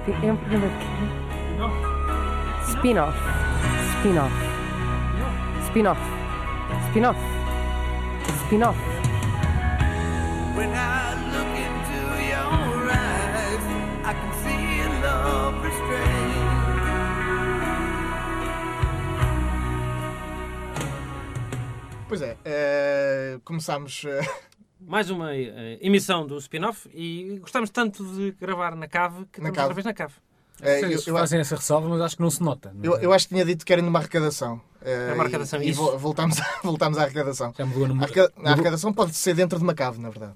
É um programa de spin-off. Spin-off. Spin-off. Spin-off. Spin-off. When I look into your eyes, I can see a love restrained. Pois é, começámos... Mais uma emissão do spin-off e gostamos tanto de gravar na cave que estamos outra vez na cave. Eles fazem essa ressalva, mas acho que não se nota. Eu acho que tinha dito que era numa arrecadação. É uma arrecadação, e isso. voltamos à arrecadação. Já mudou no... A arrecadação pode ser dentro de uma cave, na verdade.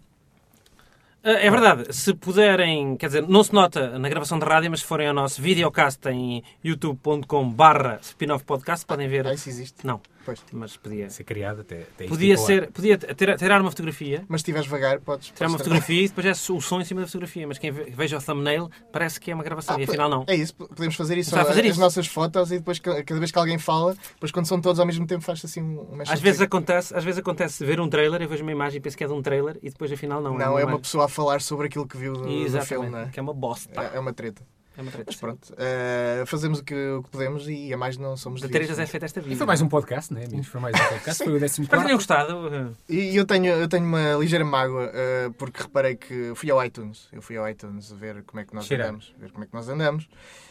É verdade, se puderem, quer dizer, não se nota na gravação de rádio, mas se forem ao nosso videocast em youtube.com/spin-off podcast, podem ver. Isso existe? Não, Pois. mas podia. ser criado até Podia tirar uma fotografia. Mas se estiveres vagar, podes... Tirar uma fotografia e depois é o som em cima da fotografia. Mas quem veja o thumbnail parece que é uma gravação e afinal não. É isso, podemos fazer isso. Começar a fazer as isso. nossas fotos e depois cada vez que alguém fala, depois quando são todos ao mesmo tempo faz-se assim um Às vezes acontece ver um trailer, eu vejo uma imagem e penso que é de um trailer e depois afinal não. Não, é uma imagem. pessoa a falar sobre aquilo que viu no filme, Exatamente, não é? que é uma bosta. É uma treta. É uma treta. Mas pronto, fazemos o que podemos e a mais não somos De devidos. tretas é feita esta vida. E foi mais um podcast, né, amigos? Foi mais um podcast. Foi o 14º. Espero que tenham gostado. E eu tenho uma ligeira mágoa, porque reparei que fui ao iTunes. Eu fui ao iTunes ver como é que nós andamos.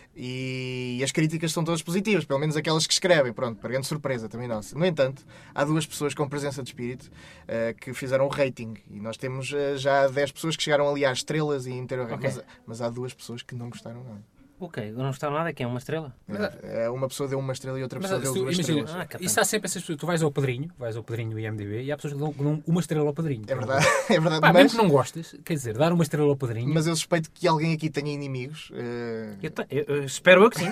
E as críticas são todas positivas, pelo menos aquelas que escrevem, pronto, para grande surpresa também nossa. No entanto, há 2 pessoas com presença de espírito que fizeram o rating. E nós temos já 10 pessoas que chegaram ali às estrelas e meteram o rating. Ok. Mas há 2 pessoas que não gostaram nada. Ok, não gostaram nada, que é uma estrela. Uma pessoa deu 1 estrela e outra Mas pessoa deu 2 imagina, estrelas. isso há sempre essas pessoas. Tu vais ao Padrinho IMDb, e há pessoas que dão 1 estrela ao Padrinho. É verdade, é verdade. Pá, Mas, mesmo que não gostes, quer dizer, dar 1 estrela ao Padrinho... mas eu suspeito que alguém aqui tenha inimigos. Eu espero que sim.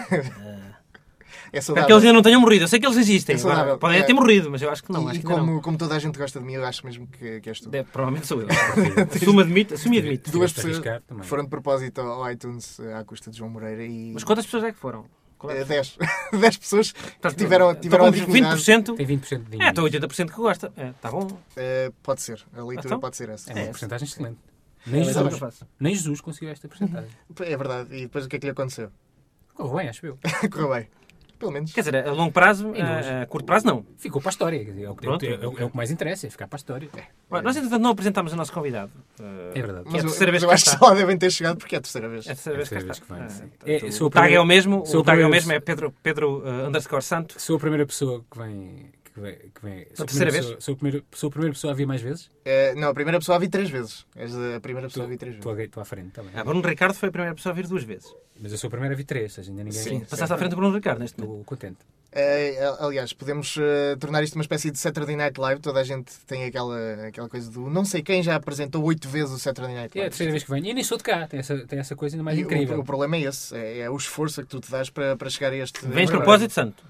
É Espero saudável. que eles ainda não tenham morrido. Eu sei que eles existem. É saudável. Agora, podem ter morrido, mas eu acho que não. E Acho que ainda não. como toda a gente gosta de mim, eu acho mesmo que és tu. Provavelmente sou eu. Assumi e admito. 2 Tiveste a pessoas arriscar também. foram de propósito ao iTunes à custa de João Moreira e... Mas quantas pessoas é que foram? 10. 10 pessoas que tiveram Estou com a dignidade. 20%. Tem 20% de dinheiro. Estou 80% que gosta. Está bom. Pode ser. A leitura Então? pode ser essa. É uma porcentagem excelente. É Nem isso que eu Jesus, faço. nem Jesus conseguiu esta porcentagem. É verdade. E depois o que é que lhe aconteceu? Correu bem, acho eu. Correu bem. Pelo menos. Quer dizer, a longo prazo, Em duas. a curto prazo não. Ficou para a história. Quer dizer, é o Pronto. que mais interessa, é ficar para a história. Olha, nós, entretanto, não apresentámos o nosso convidado. É verdade. Que é a terceira vez eu que acho cá que está. só devem ter chegado porque é a terceira vez. É a terceira vez que cá terceira vez está. que vem, sim. Portanto, Sou a o tag é o primeira- mesmo. sou O tag é o primeiro- mesmo. É Pedro _Santo. Sou a primeira pessoa que vem. Sou a terceira primeira pessoa- Sou a primeira pessoa a vir mais vezes. Não, a primeira pessoa a vir 3 vezes. És a primeira pessoa a vir 3 vezes. Estou à frente também. Bruno Ricardo foi a primeira pessoa a vir 2 vezes. Mas eu sou a primeira a vir 3, ou seja, ainda ninguém. Sim. Passaste à frente do Bruno Ricardo neste momento. Estou contente. Aliás, podemos tornar isto uma espécie de Saturday Night Live. Toda a gente tem aquela coisa do não sei quem já apresentou 8 vezes o Saturday Night É a Live. terceira vez que venho. E nem sou de cá. Tem essa coisa ainda mais E incrível. o problema é esse. É o esforço que tu te dás para chegar a este... Vens de propósito, Santo?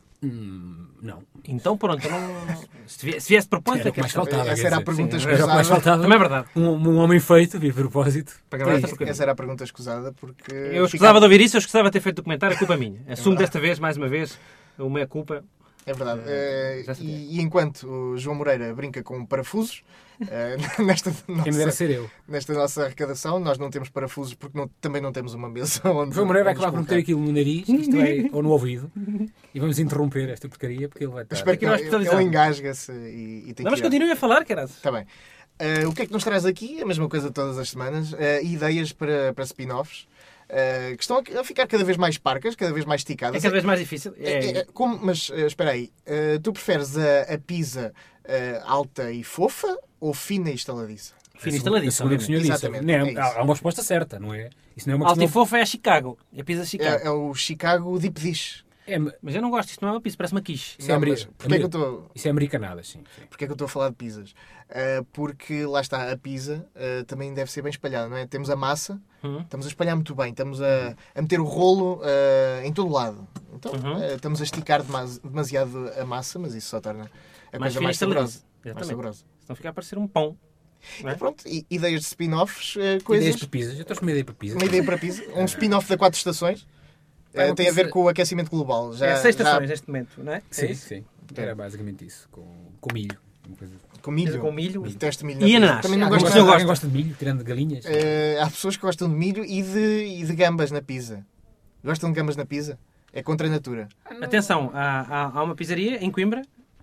Não. Então pronto, se viesse de propósito, Era o que mais faltava. Essa quer era a dizer, pergunta sim, era o que mais escusada. faltava. também é verdade. Um homem feito, de propósito. Para gravar esta Essa porcaria. era a pergunta escusada porque... Eu escusava de ouvir isso, eu escusava de ter feito documentário, a culpa é minha. Assumo desta vez, mais uma vez, a minha culpa. É verdade. Já sei. E enquanto o João Moreira brinca com parafusos, nesta Quem me dera ser eu. nossa arrecadação, nós não temos parafusos porque também não temos uma mesa onde... O João Moreira vai onde acabar por meter colocar. aquilo no nariz, isto é, ou no ouvido, e vamos interromper esta porcaria porque ele vai estar. Espero que Ir ao ele hospitalizado. engasga-se e tem Não, mas que ir. continue a falar, caralho. Está bem. O que é que nos traz aqui? A mesma coisa todas as semanas. Ideias para spin-offs que estão a ficar cada vez mais parcas, cada vez mais É esticadas. cada vez mais difícil. Mas espera aí, tu preferes a pizza alta e fofa ou fina e estaladiça? Fina instaladíssima, Segundo o que o senhor disse. Exatamente, Não, é isso. há uma resposta certa, não é? Isso não é uma Alta e questão. fofa é a Chicago. É a pizza Chicago. É o Chicago Deep Dish. Mas eu não gosto, isto não é uma pizza, parece uma quiche. Isso é Não, ameri- mas porquê é que eu estou... Isso é americanada, sim. Porquê é que eu estou a falar de pizzas? Porque, lá está, a pizza também deve ser bem espalhada, não é? Temos a massa, estamos a espalhar muito bem, estamos a meter o rolo em todo lado. Então, estamos a esticar demasiado a massa, mas isso só torna a Mais coisa fina mais e saborosa. Exatamente. Mais saborosa. Senão fica a parecer um pão. Não é? E pronto, ideias de spin-offs, Ideias coisas... para pizzas. Eu estou com uma ideia para pizzas. Uma ideia para pizza, um spin-off da 4 estações. É uma Tem a ver pizza- com o aquecimento global. É 6 estações neste momento, não é? É Sim, isso? sim. Era basicamente isso. Com milho. Uma coisa... Com milho. Com milho. Detesto milho na E pizza. ananás. Também não Alguém gosto gosta, de... gosta de milho, tirando de galinhas? Há pessoas que gostam de milho e de gambas na pizza. Gostam de gambas na pizza? É contra a natura. Atenção, há uma pizzaria em Coimbra,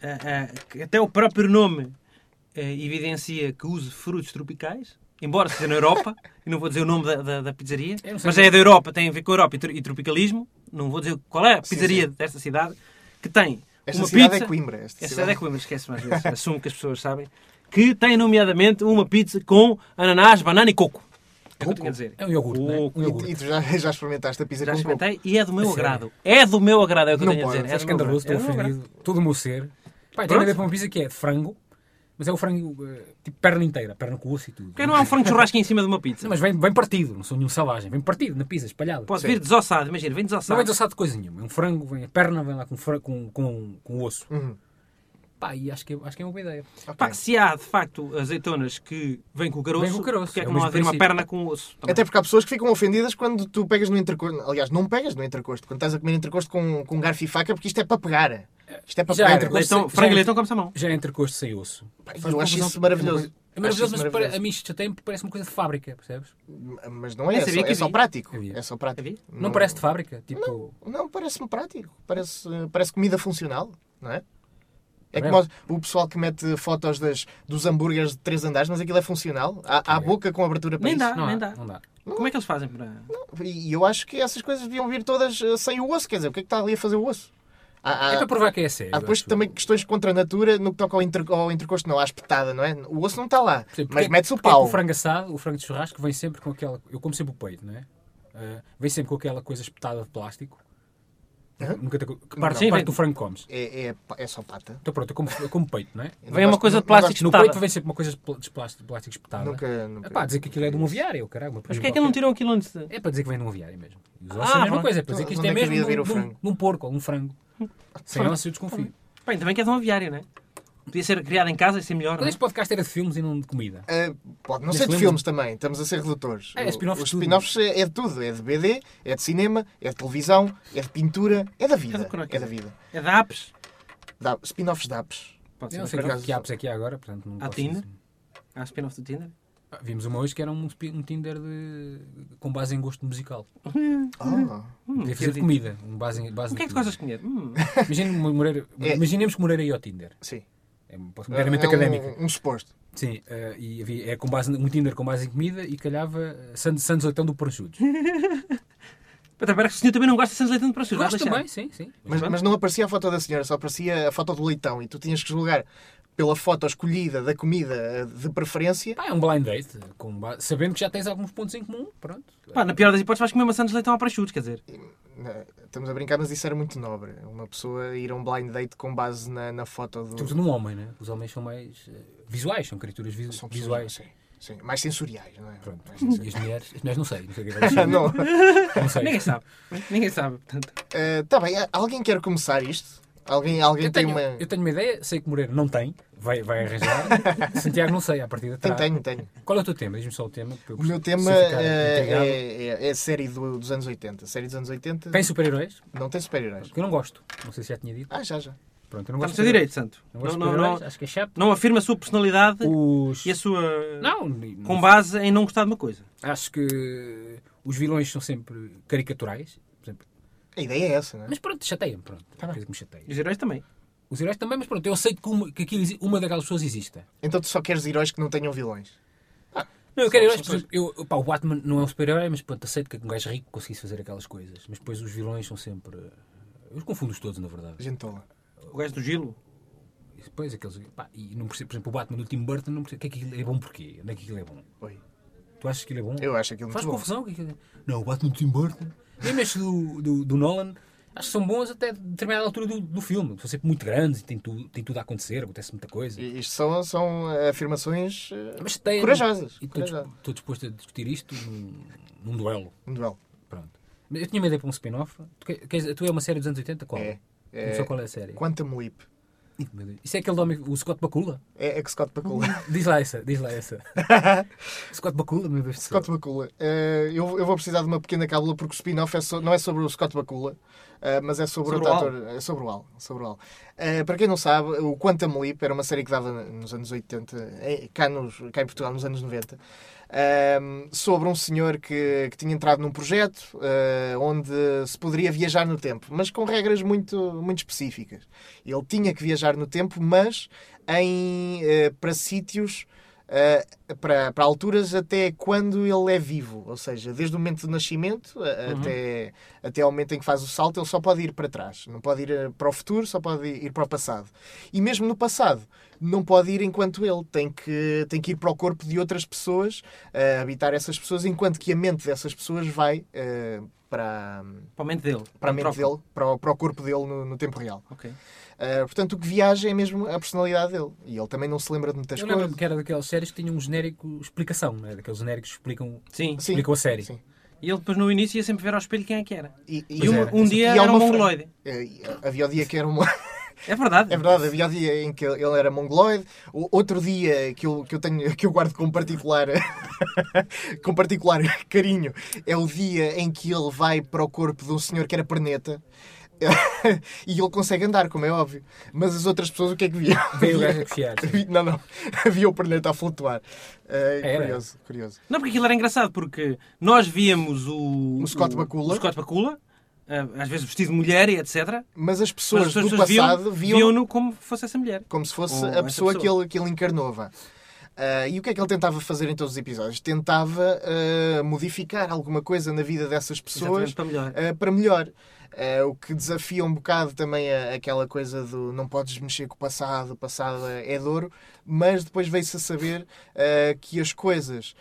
que até o próprio nome evidencia que usa frutos tropicais, embora seja na Europa, e não vou dizer o nome da pizzaria, mas é da Europa, tem a ver com a Europa e tropicalismo, não vou dizer qual é a pizzaria desta cidade, que tem Esta uma cidade pizza... é Coimbra. Esta cidade é Coimbra, esquece mais vezes, assumo que as pessoas sabem, que tem nomeadamente uma pizza com ananás, banana e coco. É o que eu tinha a dizer. É um iogurte, não é? Um iogurte. E tu já experimentaste a pizza Já com coco? experimentei e é do meu A sério? agrado. É do meu agrado, é o que eu Não tenho a pode. dizer. É escandaloso, estou ofendido. Todo o meu ser. Pá, tem a ver com uma pizza que é de frango, mas é o frango tipo perna inteira, perna com osso e tudo. Porque não há um frango de churrasco em cima de uma pizza. Não, mas vem partido, não sou nenhum selvagem. Vem partido na pizza, espalhado. Pode vir desossado, imagina, vem Não desossado. vem desossado de coisa nenhuma. É um frango, vem a perna, vem lá com osso. Uhum. Pá, e acho que é uma boa ideia. Pá, se há, de facto, azeitonas que vêm com o caroço, Vem com o caroço, porque é é que o não há mesmo de vir uma princípio. perna com osso? Também. Até porque há pessoas que ficam ofendidas quando tu pegas no entrecosto. Aliás, não pegas no entrecosto. Quando estás a comer entrecosto com garfo e faca, porque isto é para pegar. Isto é para Já pegar. entrecosto- Leitão, frango e leitão come-se à mão. Já é entrecosto sem osso. Pá, Faz eu acho confusão, isso maravilhoso. É maravilhoso, Acho mas isso maravilhoso. a mim chateia porque parece uma coisa de fábrica, percebes? Mas não é, Nem sabia que é só havia. prático. Havia. É só prático. Havia? Não parece de fábrica? Tipo, Não, parece-me prático. Parece comida funcional, não é? É Tá como o pessoal que mete fotos dos hambúrgueres de 3 andares, mas aquilo é funcional. Há boca com abertura para Nem isso. dá. não dá. não dá. Como é que eles fazem para... E eu acho que essas coisas deviam vir todas sem o osso. Quer dizer, o que é que está ali a fazer o osso? É para provar que é sério. Há depois acho. também questões contra a natura no que toca ao entrecosto, não, à espetada, não é? O osso não está lá, Sim, mas mete-se o porque é que pau. o frango assado, o frango de churrasco, vem sempre com aquela... Eu como sempre o peito, não é? Vem sempre com aquela coisa espetada de plástico. Hã? Nunca te... Que Sim, parte vem- do frango comes. É só pata. Então pronto, eu como peito, não é? Eu Vem não uma gosto- coisa não- de plástico não gosto- No espetada. peito vem sempre uma coisa de plástico espetada. Nunca. É pá, dizer que aquilo é de um aviário, caralho. Mas porquê é que não tiram aquilo antes de... É para dizer que vem de um aviário mesmo. E os ossos Ah, é a mesma pronto. coisa, é para dizer que isto Onde é é que mesmo havia de vir o de frango? um porco ou de um frango. Sem ossos eu desconfio. Bem, também que é de um aviário, não é? Podia ser criado em casa e ser melhor, não Quando é? este podcast era de filmes e não de comida. Pode não Nesse ser de lembro- filmes também, estamos a ser redutores. É spin-offs Os tudo. spin-offs é de tudo. É de BD, é de cinema, é de televisão, é de pintura, é da É vida. do que não É quer da dizer. vida. É da apps. Spin-offs de apps. Pode Eu não ser. sei por acaso- que apps é que há agora, portanto não Há posso Tinder? dizer. Há spin-off do Tinder. Vimos uma hoje que era um Tinder com base em gosto musical. Ah. Podia fazer de comida. Base O de que é que tu comida. gostas de comer? Imaginemos que Moreira ia ao Tinder. Sim. É meramente académica. Um suposto. Sim, e havia com base, um Tinder com base em comida e calhava Santos Leitão do Parachudos. Para parece que o senhor também não gosta de Santos Leitão de Parachudos. Gosto Vai deixar. também, sim. Mas não aparecia a foto da senhora, só aparecia a foto do leitão. E tu tinhas que julgar pela foto escolhida da comida de preferência. Pá, é um blind date, sabendo que já tens alguns pontos em comum. Pronto. Pá, na pior das hipóteses vais comer uma Santos Leitão a Parachudos, quer dizer. Estamos a brincar, mas isso era muito nobre. Uma pessoa ir a um blind date com base na foto do. Sobretudo num homem, né? Os homens são mais visuais, são criaturas São pessoas, visuais. sim. Mais sensoriais, não é? Pronto. Mais E sensoriais. as mulheres não sei o que é que vai deixar. Não. Não sei. Ninguém sabe. Ninguém sabe. Portanto, Tá bem, alguém quer começar isto? Alguém Eu tem tenho, uma. eu tenho uma ideia, sei que Moreira não tem, vai arranjar. Santiago não sei, à partida terá. Tenho. Qual é o teu tema? Diz-me só o tema. para eu O meu tema ficar intrigado. é a série dos anos 80. Série dos anos 80 Tem super-heróis? não tem super-heróis. Porque eu não gosto. Não sei se já tinha dito. Já. Pronto, eu não está no gosto seu de direito, Santo. Não gosto de Não, não, super-heróis, não, acho que é chato. não afirma a sua personalidade Os... e a sua... Não, Com base em não gostar de uma coisa. acho que os vilões são sempre caricaturais. Por exemplo. A ideia é essa, não é? Mas pronto, chateia-me. Pronto, Tá bem. coisa que me chateia. E os heróis também. Os heróis também, mas pronto, eu aceito que uma daquelas pessoas exista. Então tu só queres heróis que não tenham vilões. Não, eu quero heróis, são por exemplo, o Batman não é um super-herói, mas pronto, aceito que um gajo rico conseguisse fazer aquelas coisas. Mas depois os vilões são sempre... Eu confundo-os todos, na verdade. Gente tola. O gajo do Gilo. E depois aqueles... Pá, e não percebo, por exemplo, o Batman do Tim Burton, não percebo que aquilo é bom porquê. Onde é que aquilo é bom? Oi. Tu achas que aquilo é bom? Eu acho aquilo muito Faz bom. confusão? Que aquilo é... Não, o Batman do Tim Burton... Mesmo este do Nolan... Acho que são bons até a determinada altura do filme. São sempre muito grandes e tem tudo a acontecer, acontece muita coisa. Isto são afirmações Mas tem... corajosas. E estou disposto a discutir isto num duelo. Um duelo. Pronto. Eu tinha uma ideia para um spin-off. Tu é uma série dos anos 80? Qual? É. Não sei qual é a série. Quantum Leap. Isso é aquele nome, o Scott Bakula? É que Scott Bakula. Diz lá essa. Scott Bakula, meu Deus do céu. Scott Bakula. Eu vou precisar de uma pequena cábula porque o spin-off não é sobre o Scott Bakula, mas é sobre outro ator. É sobre o Al. Para quem não sabe, o Quantum Leap era uma série que dava nos anos 80, cá em Portugal, nos anos 90. Sobre um senhor que tinha entrado num projeto onde se poderia viajar no tempo, mas com regras muito, muito específicas. Ele tinha que viajar no tempo, mas para sítios, para alturas até quando ele é vivo. Ou seja, desde o momento do nascimento até ao momento em que faz o salto, ele só pode ir para trás. Não pode ir para o futuro, só pode ir para o passado. E mesmo no passado, não pode ir enquanto ele. Tem que ir para o corpo de outras pessoas, habitar essas pessoas, enquanto que a mente dessas pessoas vai para a mente dele. Para a mente dele, para o corpo dele no tempo real. Ok. Portanto, o que viaja é mesmo a personalidade dele. E ele também não se lembra de muitas coisas. Eu lembro que era daquelas séries que tinham um genérico explicação, não é? Daqueles genéricos que explicam a série. Sim. E ele depois no início ia sempre ver ao espelho quem é que era. E um dia era um mongoloide. Havia o dia que era uma... É verdade. É verdade, havia o dia em que ele era mongoloide. Outro dia que eu guardo com particular carinho é o dia em que ele vai para o corpo de um senhor que era perneta. E ele consegue andar, como é óbvio. Mas as outras pessoas o que é que viam? Veio o gajo a coxear. Não. Havia o perneta a flutuar. Curioso. Não, porque aquilo era engraçado, porque nós víamos o Scott Bakula. Às vezes vestido de mulher e etc. Mas as pessoas do passado viam-no como fosse essa mulher. Como se fosse a pessoa que ele encarnou. E o que é que ele tentava fazer em todos os episódios? Tentava modificar alguma coisa na vida dessas pessoas para melhor. O que desafia um bocado também aquela coisa do não podes mexer com o passado é de ouro, mas depois veio-se a saber que as coisas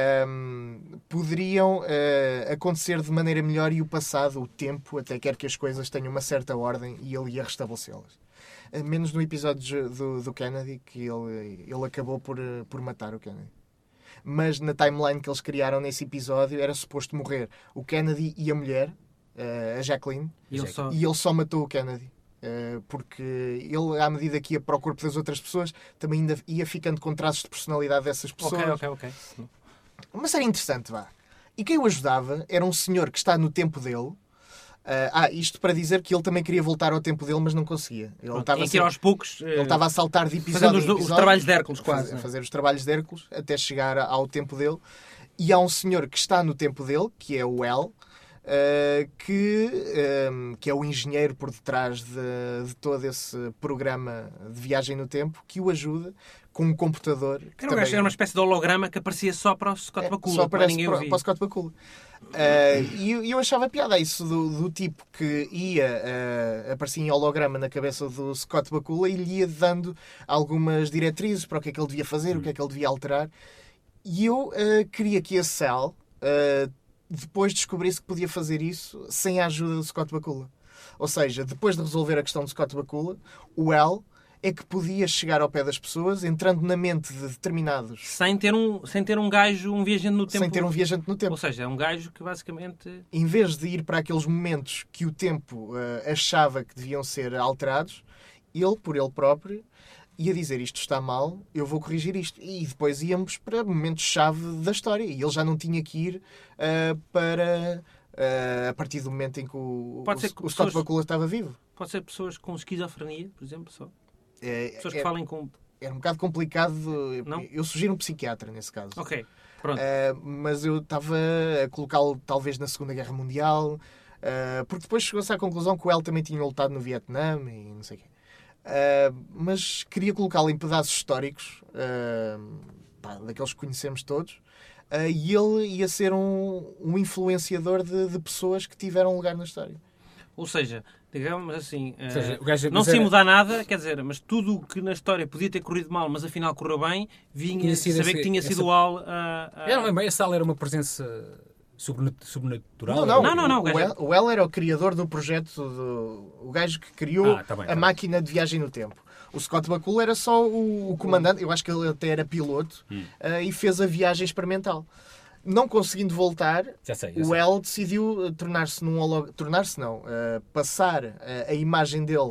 poderiam acontecer de maneira melhor e o passado, o tempo, até quer que as coisas tenham uma certa ordem e ele ia restabelecê-las. Menos no episódio do Kennedy, que ele acabou por matar o Kennedy. Mas na timeline que eles criaram nesse episódio era suposto morrer o Kennedy e a mulher, a Jacqueline, e ele só matou o Kennedy. Porque ele, à medida que ia para o corpo das outras pessoas, também ainda ia ficando com traços de personalidade dessas pessoas. Ok. Uma série interessante, vá. E quem o ajudava era um senhor que está no tempo dele. Isto para dizer que ele também queria voltar ao tempo dele, mas não conseguia. Ele estava aos poucos. Ele estava a saltar de episódio fazendo os trabalhos de Hércules, quase. Fazer os trabalhos de Hércules até chegar ao tempo dele. E há um senhor que está no tempo dele, que é o El, que é o engenheiro por detrás de todo esse programa de viagem no tempo, que o ajuda com um computador. Era uma espécie de holograma que aparecia só para o Scott Bakula. Só aparece para o Scott Bakula. E eu achava piada isso do tipo que aparecia em holograma na cabeça do Scott Bakula e lhe ia dando algumas diretrizes para o que é que ele devia fazer, o que é que ele devia alterar. E eu queria que a Sal depois descobrisse que podia fazer isso sem a ajuda do Scott Bakula. Ou seja, depois de resolver a questão do Scott Bakula, o El é que podia chegar ao pé das pessoas, entrando na mente de determinados... Sem ter um gajo, um viajante no tempo. Sem ter um viajante no tempo. Ou seja, é um gajo que basicamente... Em vez de ir para aqueles momentos que o tempo achava que deviam ser alterados, ele, por ele próprio, ia dizer isto está mal, eu vou corrigir isto. E depois íamos para momentos-chave da história. E ele já não tinha que ir para... a partir do momento em que o Scott Bakula estava vivo. Pode ser pessoas com esquizofrenia, por exemplo, só. Pessoas que falem com... Era um bocado complicado. Não? Eu sugiro um psiquiatra nesse caso. Ok, pronto. Mas eu estava a colocá-lo talvez na Segunda Guerra Mundial, porque depois chegou-se à conclusão que o El também tinha lutado no Vietnã e não sei o quê. Mas queria colocá-lo em pedaços históricos, daqueles que conhecemos todos, e ele ia ser um influenciador de pessoas que tiveram lugar na história. Ou seja, digamos assim, não se mudar nada, quer dizer, mas tudo o que na história podia ter corrido mal, mas afinal correu bem, vinha saber que tinha sido o Al. Essa Al era uma presença sobrenatural? Não. O El era o criador do projeto, o gajo que criou a máquina de viagem no tempo. O Scott Bakula era só o comandante, eu acho que ele até era piloto, e fez a viagem experimental. Não conseguindo voltar, o El decidiu passar a imagem dele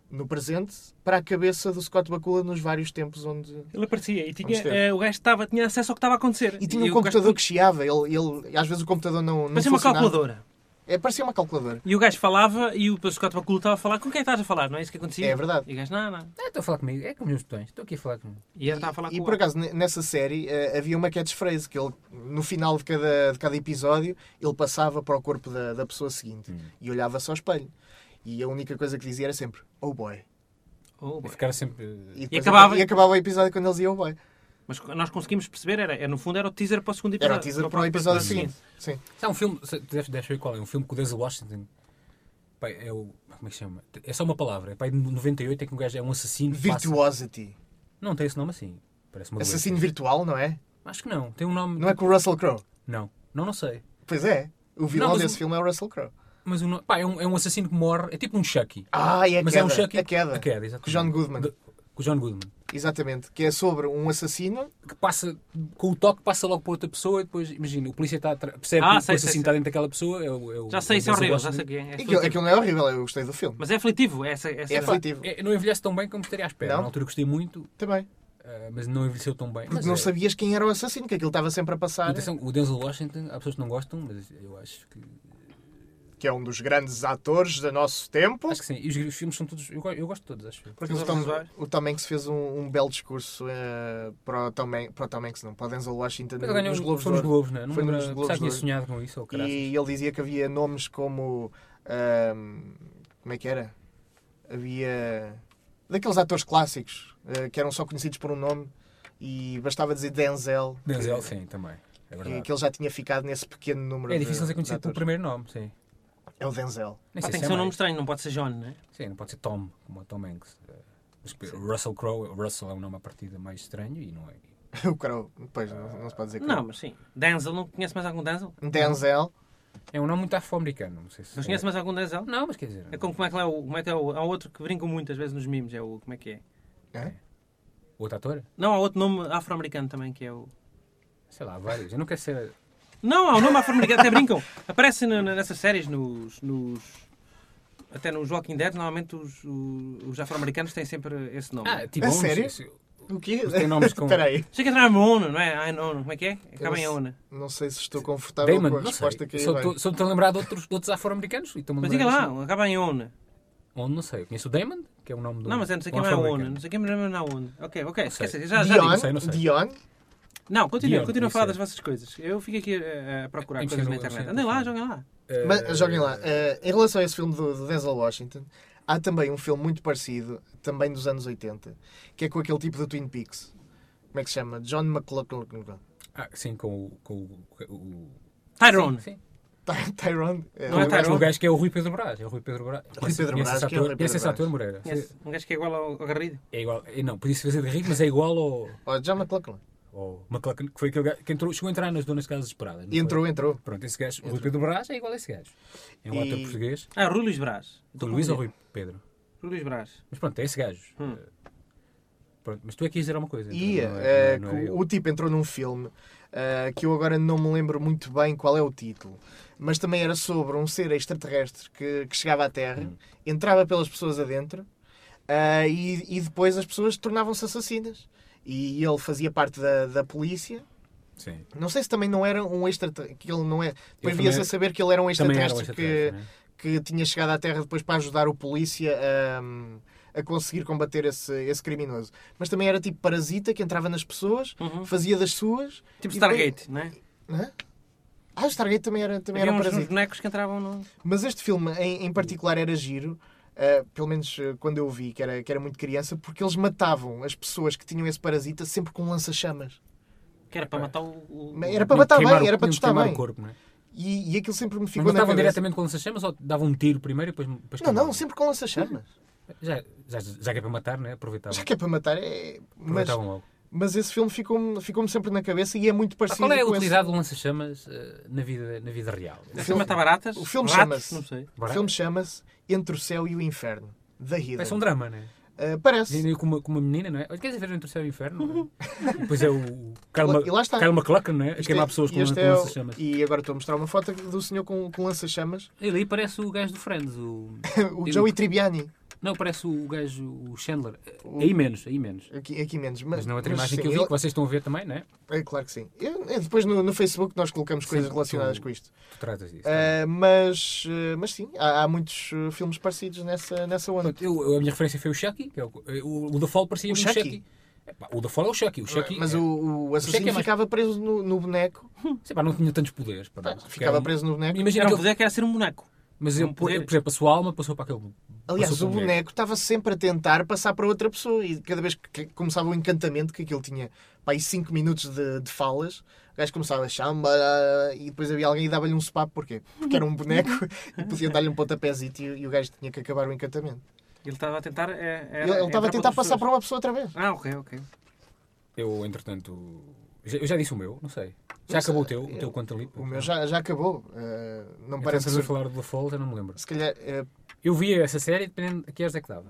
no presente para a cabeça do Scott Bakula nos vários tempos onde... Ele aparecia e Vamos ter. o gajo tinha acesso ao que estava a acontecer. E tinha um computador que chiava. Ele, às vezes o computador não parecia uma funcionava. calculadora. Parecia uma calculadora. E o gajo falava e o Scott Bakula estava a falar. Com quem estás a falar? Não é isso que acontecia? É verdade. E o gajo, não. Estou a falar comigo. É com os meus botões. Estou aqui a falar comigo. E ele estava a falar E com por acaso, nessa série, havia uma catchphrase que ele, no final de cada episódio, ele passava para o corpo da pessoa seguinte e olhava-se ao espelho. E a única coisa que dizia era sempre, oh boy. Oh, E ficar sempre... E, depois acabava o episódio quando ele dizia oh boy. Mas nós conseguimos perceber, no fundo era o teaser para o segundo episódio. Era o teaser para o episódio seguinte. Sim. É um filme, deves ver qual é, um filme com o Denzel Washington. Pai, é o... Como é que se chama? É só uma palavra. Pai, de 98 é que um gajo é um assassino. Virtuosity. Não tem esse nome assim. Parece uma Assassino doença. virtual, não é? Acho que não. Tem um nome... Não é com o Russell Crowe? Não sei. Pois é. O vilão Não, mas desse filme é o Russell Crowe. Mas é um assassino que morre. É tipo um Chucky. E a Mas queda. é um Chucky... A queda. exatamente. Com o John Goodman. Com o John Goodman. Exatamente. Que é sobre um assassino. Que passa, com o toque, passa logo para outra pessoa e depois, imagina, o polícia percebe que o assassino está dentro daquela pessoa. Já sei, isso é horrível. Já sei que é. Aquilo não é horrível, eu gostei do filme. Mas é aflitivo. É aflitivo. Não envelhece tão bem como estaria à espera. Não? Na altura gostei muito, Também. mas não envelheceu tão bem. Porque Mas não sabias quem era o assassino, que aquilo estava sempre a passar. Atenção, o Denzel Washington, há pessoas que não gostam, mas eu acho que... Que é um dos grandes atores do nosso tempo. Acho que sim. E os filmes são todos... Eu gosto de todos, acho. Porque o Tom Hanks fez um belo discurso para o Tom Hanks, não, para o Denzel Washington Mas ganhou nos Globos foi nos de Ouro. Globos, não é? Não Foi me nos lembro, Globos apesar que de tinha Ouro. sonhado com isso, ou caraças. E ele dizia que havia nomes como... como é que era? Havia... Daqueles atores clássicos que eram só conhecidos por um nome e bastava dizer Denzel. Denzel, sim, também. É Que verdade. ele já tinha ficado nesse pequeno número. É difícil de ser conhecido pelo atores. primeiro nome, sim. É o Denzel. Nem Tem sei que se ser um é nome mais. estranho, não pode ser John, não é? Sim, não pode ser Tom, como o Tom Hanks. Mas o Russell Crowe, Russell é um nome à partida mais estranho e não é. O Crowe. Pois, não se pode dizer Crowe. Não, mas sim. Denzel, não conhece mais algum Denzel? Denzel. É um nome muito afro-americano, não sei se... Não conhece mais algum Denzel? Não, mas quer dizer... É como é que é o... Há outro que brincam muitas vezes nos memes, é o... Como é que é? É? Outro ator? Não, há outro nome afro-americano também, que é o... Sei lá, vários. Eu não quero ser... Não, há um nome afro-americano, até brincam. Aparece nessas séries, até nos Walking Dead, normalmente os afro-americanos têm sempre esse nome. tipo... A sério? O quê? Tem nomes com... Espera aí. Sei que entra na ONU, não é? Como é que é? Acaba em ONU. Não sei se estou confortável Damon, com a não resposta sei. que aí Só vem. estou a lembrar de outros afro-americanos. E estou-me a Mas lembrar diga desse lá, acaba em ONU. Onde não sei. Eu conheço o Damon, que é o nome do... Não, mas é não sei um quem é a ONU. afro-americano. Não sei quem é na ONU. Ok, esquece. Já Dion? digo. não sei. Dion? Não, continua Dion, a falar isso das vossas coisas. Eu fico aqui a procurar Vamos coisas ser na no- internet. sim, Andem lá, sim. joguem lá. Mas joguem lá. Em relação a esse filme do Denzel Washington, há também um filme muito parecido, também dos anos 80, que é com aquele tipo do Twin Peaks. Como é que se chama? John McClure. Sim, com o... Tyrone. Sim. Tyrone. Não é Tyrone? O gajo que é o Rui Pedro Brás. É o Rui Pedro Brás. Rui Pedro Brás, que é o Rui Conhece esse Pedro ator, Brás. Moreira? Conhece? Um gajo que é igual ao Garrido. É igual... Não, podia-se fazer de rico, mas é igual ao John McClure. McLachlan, que foi aquele gajo que chegou a entrar nas Donas Casas Esperadas. não foi? Entrou. Pronto, esse gajo, o Rui Pedro Brás, é igual a esse gajo. É um ator português. Rui Luís Brás. Do Luís ou Rui Pedro? Rui Luís Brás. Mas pronto, é esse gajo. Pronto, mas tu é que ias dizer alguma coisa. E então, não é que eu. o tipo entrou num filme que eu agora não me lembro muito bem qual é o título, mas também era sobre um ser extraterrestre que chegava à Terra, entrava pelas pessoas adentro e depois as pessoas tornavam-se assassinas. E ele fazia parte da polícia. Sim. Não sei se também não era um extraterrestre, que ele não é. Depois Ele via-se a também- saber que ele era um Também era um extraterrestre extraterrestre, né? que tinha chegado à Terra depois para ajudar o polícia a conseguir combater esse criminoso. Mas também era tipo parasita que entrava nas pessoas, fazia das suas. Tipo e Stargate, não é? depois... Hã? O Stargate também era Havia um uns parasita. bonecos que entravam no... Mas este filme em particular era giro, pelo menos quando eu vi, que era muito criança, porque eles matavam as pessoas que tinham esse parasita sempre com um lança-chamas. Que era para matar o... Era para matar Queimar bem, o- era para tinham que testar queimar bem. o corpo, não é? E aquilo sempre me Mas ficou na matavam cabeça. diretamente com lança-chamas ou davam um tiro primeiro e depois Não, queimavam? sempre com lança-chamas. Já que é para matar, não é? Aproveitavam. Já que é para matar, Aproveitavam logo. mas esse filme ficou-me sempre na cabeça e é muito parecido Qual é a com utilidade do lança-chamas na vida real? Deve ser matar baratas? O filme ratos, chama-se- Não sei. O filme chama-se Entre o Céu e o Inferno. The Hidden. Parece um drama, não é? Parece. Com uma menina, não é? Olha, queres ver entre o céu e o inferno? Não é? E depois é o Kyle E lá está. MacLachlan, não é? A Isto queimar é- pessoas com este lança-chamas. E agora estou a mostrar uma foto do senhor com lança-chamas. Ele aí parece o gajo do Friends, o O Joey Tribbiani. Não, parece o gajo, o Chandler. Aí menos. Aqui menos. Mas na outra imagem sim, que eu vi, que vocês estão a ver também, não é? É claro que sim. Depois no Facebook nós colocamos coisas relacionadas com isto. Tu tratas disso. Mas sim, há muitos filmes parecidos nessa onda. A minha referência foi o Chucky, que é o The Fall parecia O muito Chucky? Chucky. O The Fall é o Chucky. Mas o assassino Chucky é mais- ficava preso no boneco. Não tinha tantos poderes. Ficava preso no boneco. Imagina Era que um poder que era ser um boneco. Mas, Não por poder. exemplo, a sua alma passou para aquele... Aliás, passou o para boneco estava sempre a tentar passar para outra pessoa e cada vez que começava o encantamento, que aquilo tinha aí 5 minutos de falas, o gajo começava a chamba e depois havia alguém e dava-lhe um sopapo. Porquê? Porque era um boneco e podia dar-lhe um pontapézito e o gajo tinha que acabar o encantamento. Ele estava a tentar... Ele estava a tentar passar para uma pessoa outra vez. Ah, ok. Eu, entretanto... Eu já disse o meu, não sei. Já acabou o teu Quantum Leap? O meu já acabou. Não Então, parece estás a falar do The Fall, eu não me lembro. Se calhar... Eu vi essa série, dependendo a que horas é que dava.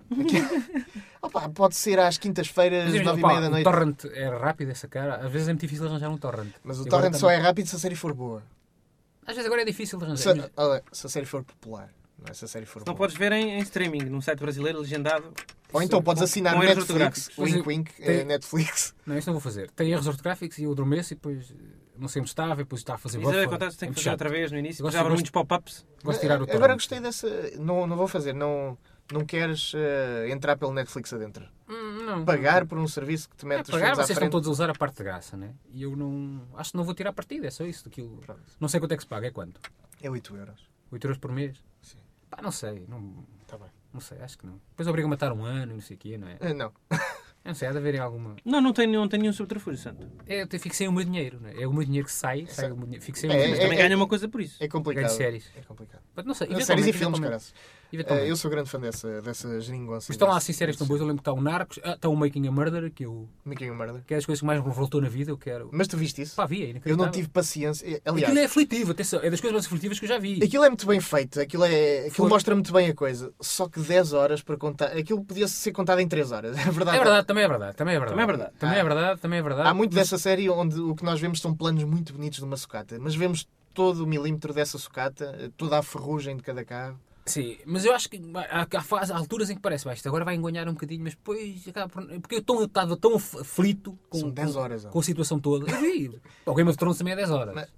pode ser às quintas-feiras, Mas, 9h30 da o noite. torrent é rápido a sacar. Às vezes é muito difícil arranjar um torrent. Mas o E agora torrent só é rápido se a série for boa. Às vezes agora é difícil de arranjar. Se a série for popular. Não é se a série for Não boa. podes ver em streaming, num site brasileiro, legendado. Ou então podes assinar com erros Netflix. ortográficos. Wink, wink. Tem- Netflix. Não, isso não vou fazer. Tem erros ortográficos e eu adormeço e depois não sei onde estava e depois está a fazer Isso buffer. acontece, tem É que fazer chato. outra vez no início. Gosto- Já abre gosto- muitos pop-ups. Gosto de tirar o torrent. Agora gostei dessa... Não vou fazer. Não queres entrar pelo Netflix adentro. Não. Pagar por um serviço que te mete os pagar, filmes à vocês estão frente. todos a usar a parte de graça, né? E eu não... Acho que não vou tirar partido, é só isso daquilo. Não sei quanto é que se paga, é quanto? É 8 euros. 8 euros por mês? Sim. Pá, não sei. Não, Tá bem. não sei, acho que não. Depois obriga-me a estar um ano e não sei o quê, não é? Não. Eu não sei, há de haver alguma... Não tem nenhum subterfúgio, Santo. Eu fixei o meu dinheiro, né? É o meu dinheiro que sai o meu dinheiro. Fixei o É, meu Mas dinheiro. também ganha uma coisa por isso. É complicado. Ganho séries. É complicado. Mas não sei, Séries e filmes, eventualmente. caras. Eventualmente. Eu sou grande fã dessa geringonça. Mas estão lá assim séries tão boas, eu lembro que está o Narcos, está o Making a Murder, que Making a Murder. é das coisas que mais me revoltou na vida, eu quero... Mas tu viste isso? Pá, vi, é Eu inacreditável. não tive paciência. Aliás, Aquilo é aflitivo, atenção, é das coisas mais aflitivas que eu já vi. aquilo é muito bem feito. Aquilo Foi. mostra muito bem a coisa. Só que 10 horas para contar... Aquilo podia ser contado em 3 horas. É verdade. É verdade, também é verdade. Também é verdade. Também é verdade. Há muito dessa série onde o que nós vemos são planos muito bonitos de uma sucata. Mas vemos todo o milímetro dessa sucata, toda a ferrugem de cada carro. Sim, mas eu acho que há alturas em que parece, isto agora vai engonhar um bocadinho, mas depois acaba por... Porque eu estava tão aflito São 10 horas. com a situação toda. Eu vi. O Game of Thrones também é 10 horas. Mas,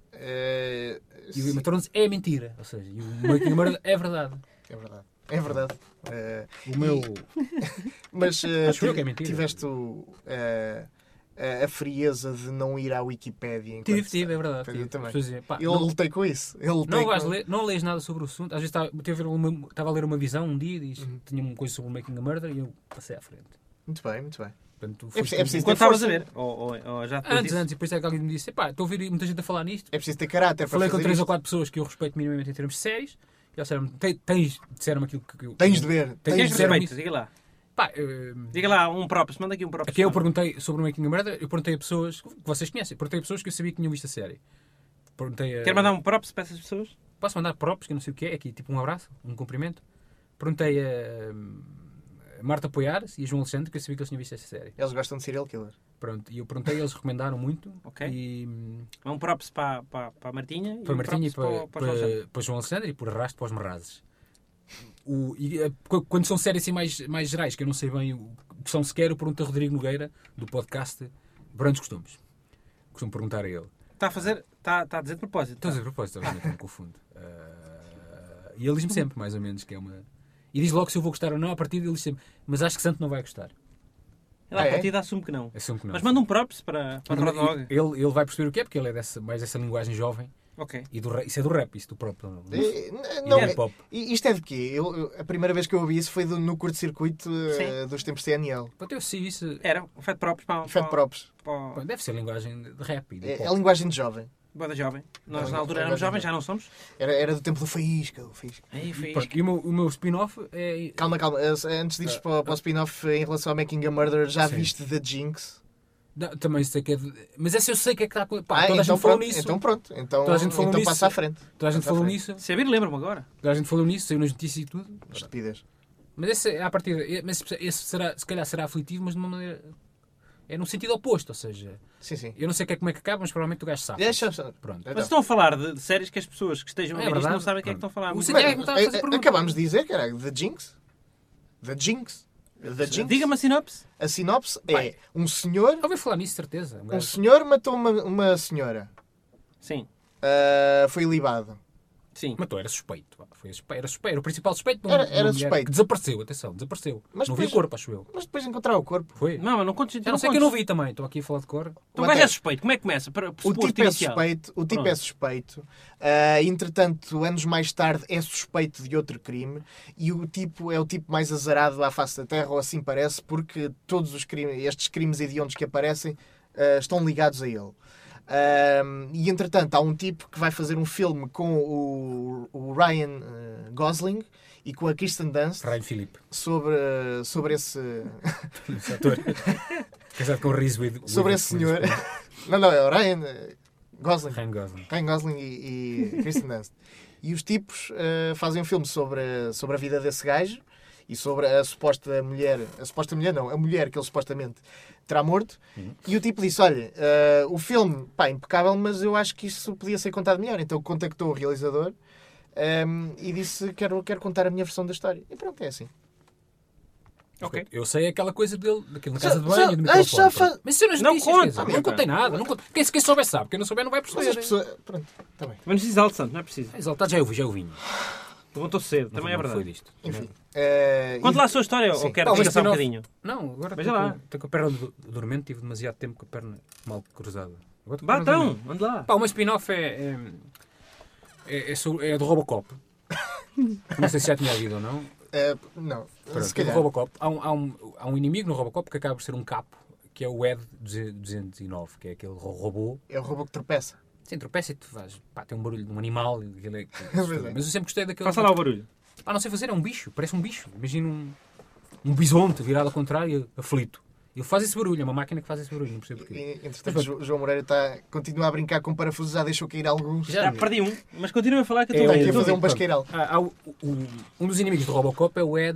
E o Game of Thrones é mentira. Ou seja, e o Making a Murder é verdade. é verdade. É verdade. O meu... Mas Acho eu que é mentira. tiveste a frieza de não ir à Wikipédia. enquanto Tive, é verdade. Eu tive. também. As pessoas dizem, pá, Eu lutei com isso. não lês nada sobre o assunto. Às vezes estava a ler uma visão um dia e tinha uma coisa sobre o Making a Murder e eu passei à frente. Muito bem, muito bem. Portanto, É preciso Enquanto ter estavas força. a ver? Ou já depois Antes, disso? e depois é que alguém me disse, pá, estou a ouvir muita gente a falar nisto. É preciso ter caráter para Falei com fazer 3 ou isto. 4 pessoas que eu respeito minimamente em termos de séries. E eles disseram-me, disseram-me aquilo que eu... Tens de ver. Tens Quem de ser respeita? isso. Diga lá. Pá, Diga lá um props. Manda aqui um props. aqui eu perguntei sobre o Making a Murder, eu perguntei a pessoas que vocês conhecem, perguntei a pessoas que eu sabia que tinham visto a série. Perguntei a... Quer mandar um props para essas pessoas? Posso mandar props, que eu não sei o que é, aqui tipo um abraço, um cumprimento. Perguntei a Marta Poiares e a João Alexandre, que eu sabia que eles tinham visto esta série. Eles gostam de serial killer. Pronto, e eu perguntei, eles recomendaram muito. Ok. E Um props para a Martinha para um Martinha e props para o João Alexandre. para João Alexandre e por arrasto para os Merrazes. Quando são séries assim mais gerais, que eu não sei bem o que são sequer, eu pergunto a Rodrigo Nogueira, do podcast Brandos Costumes. Costumo perguntar a ele. Está a dizer de propósito. Estou a dizer a propósito, obviamente, não me confundo. E ele diz-me sempre, mais ou menos, que é uma... E diz logo se eu vou gostar ou não, a partir dele diz sempre, mas acho que Santo não vai gostar. Ele à partida assume que não. Assumo que não. Mas manda um props para o Rodog. Ele vai perceber o que é, porque ele é mais dessa linguagem jovem. Ok. E isso é do rap, isso do próprio. Não, é pop. Isto é de quê? A primeira vez que eu ouvi isso foi no curto-circuito dos tempos CNL. Pronto, eu sei isso. Era um fat props para Fat props. Deve ser linguagem de rap e de É pop. a linguagem de jovem. Boda jovem. Nós Não, na altura não, éramos não, jovens, não. já não somos. Era do tempo do Faísca. Aí foi Pronto, e o meu spin-off é... Calma. Antes de ires para o spin-off em relação ao Making a Murder, já Sim. viste The Jinx? Não, também sei que é... Mas essa eu sei que é que está... Pá, toda a então gente falou pronto. nisso. Então pronto. Toda a gente falou nisso. passa à frente. Toda a gente Passa à falou frente. nisso. Se abrir, lembro-me agora. Toda a gente falou nisso, saiu nas notícias e tudo. Estupidez. Mas esse é a partida. Mas esse será, se calhar será aflitivo, mas de uma maneira... É no sentido oposto, ou seja... Sim. Eu não sei como é que acaba, mas provavelmente o gajo sabe. Pronto. Então. Mas estão a falar de séries que as pessoas que estejam a É ver isto verdade. não sabem o que é que estão a falar. O Muito Santiago bem. não estava a fazer pergunta. Acabámos de dizer que era The Jinx. da Jinx. Da Jinx. Diga-me a sinopse. A sinopse é um senhor... Ouvi falar nisso, certeza. Um senhor matou uma senhora. Sim. Foi libado. Sim. Matou, era suspeito. Era suspeito. Era o principal suspeito. Era suspeito. Que desapareceu, atenção, desapareceu. Mas não vi o depois- corpo, acho eu. Mas depois de encontrar o corpo. Foi? Não, mas não contes. Já não sei que eu não vi também. Estou aqui a falar de cor. Então o gajo é suspeito. Como é que começa? Para O suposto tipo é inicial. suspeito. O tipo Pronto. é suspeito. Entretanto, anos mais tarde, é suspeito de outro crime. E o tipo é o tipo mais azarado à face da Terra, ou assim parece, porque todos os crimes, estes crimes hediondos que aparecem estão ligados a ele. E entretanto, há um tipo que vai fazer um filme com o Ryan Gosling e com a Kirsten Dunst Ryan Philippe. sobre esse Esse ator. Casado com o Reese Witherspoon. sobre esse senhor. Não, é o Ryan Gosling. Ryan Gosling. Ryan Gosling e Kirsten Dunst. E os tipos fazem um filme sobre a vida desse gajo e sobre a suposta mulher. A mulher que ele supostamente terá morto. E o tipo disse, olha, o filme, pá, impecável, mas eu acho que isso podia ser contado melhor. Então contactou o realizador e disse, quero contar a minha versão da história. E pronto, é assim. Ok. Eu sei aquela coisa dele, daquilo na casa de Já- banho, do já microfone. fa- pronto. Mas isso eu Não notícias, conta, quer dizer, amigo. não contei nada. Não conto. Quem souber sabe, quem não souber não vai Mas perceber. as pessoas... Pronto, está bem. Mas diz alto, santo, não é preciso. Exaltado, já eu vi. Levantou cedo, Não também é foi verdade. disto. Enfim. Conte lá a sua história, Sim. ou quero Pá, mas descansar um spin-off- bocadinho. Não, agora Veja estou lá. com a perna dormente, tive demasiado tempo com a perna mal cruzada. Agora estou com a Vá perna então, dormente. ande lá. Pá, uma spin-off é do Robocop. Não sei se já tinha havido ou não. Não, Pronto, se do calhar. Robocop. Há um inimigo no Robocop que acaba por ser um capo, que é o Ed 209, que é aquele robô. É o robô que tropeça. Sim, tropeça e tu faz. Pá, tem um barulho de um animal. Verdade. Mas eu sempre gostei daquele. Faça lá o barulho. Pá, não sei fazer, é um bicho, parece um bicho. Imagina um bisonte virado ao contrário, aflito. Ele faz esse barulho, é uma máquina que faz esse barulho, não percebo porquê. Entretanto, João Moreira continua a brincar com parafusos, já deixou cair alguns. Já- Já perdi um, mas continua a falar que eu Está estou aqui a a fazer um Pronto. basqueiral. Há um dos inimigos do Robocop é o Ed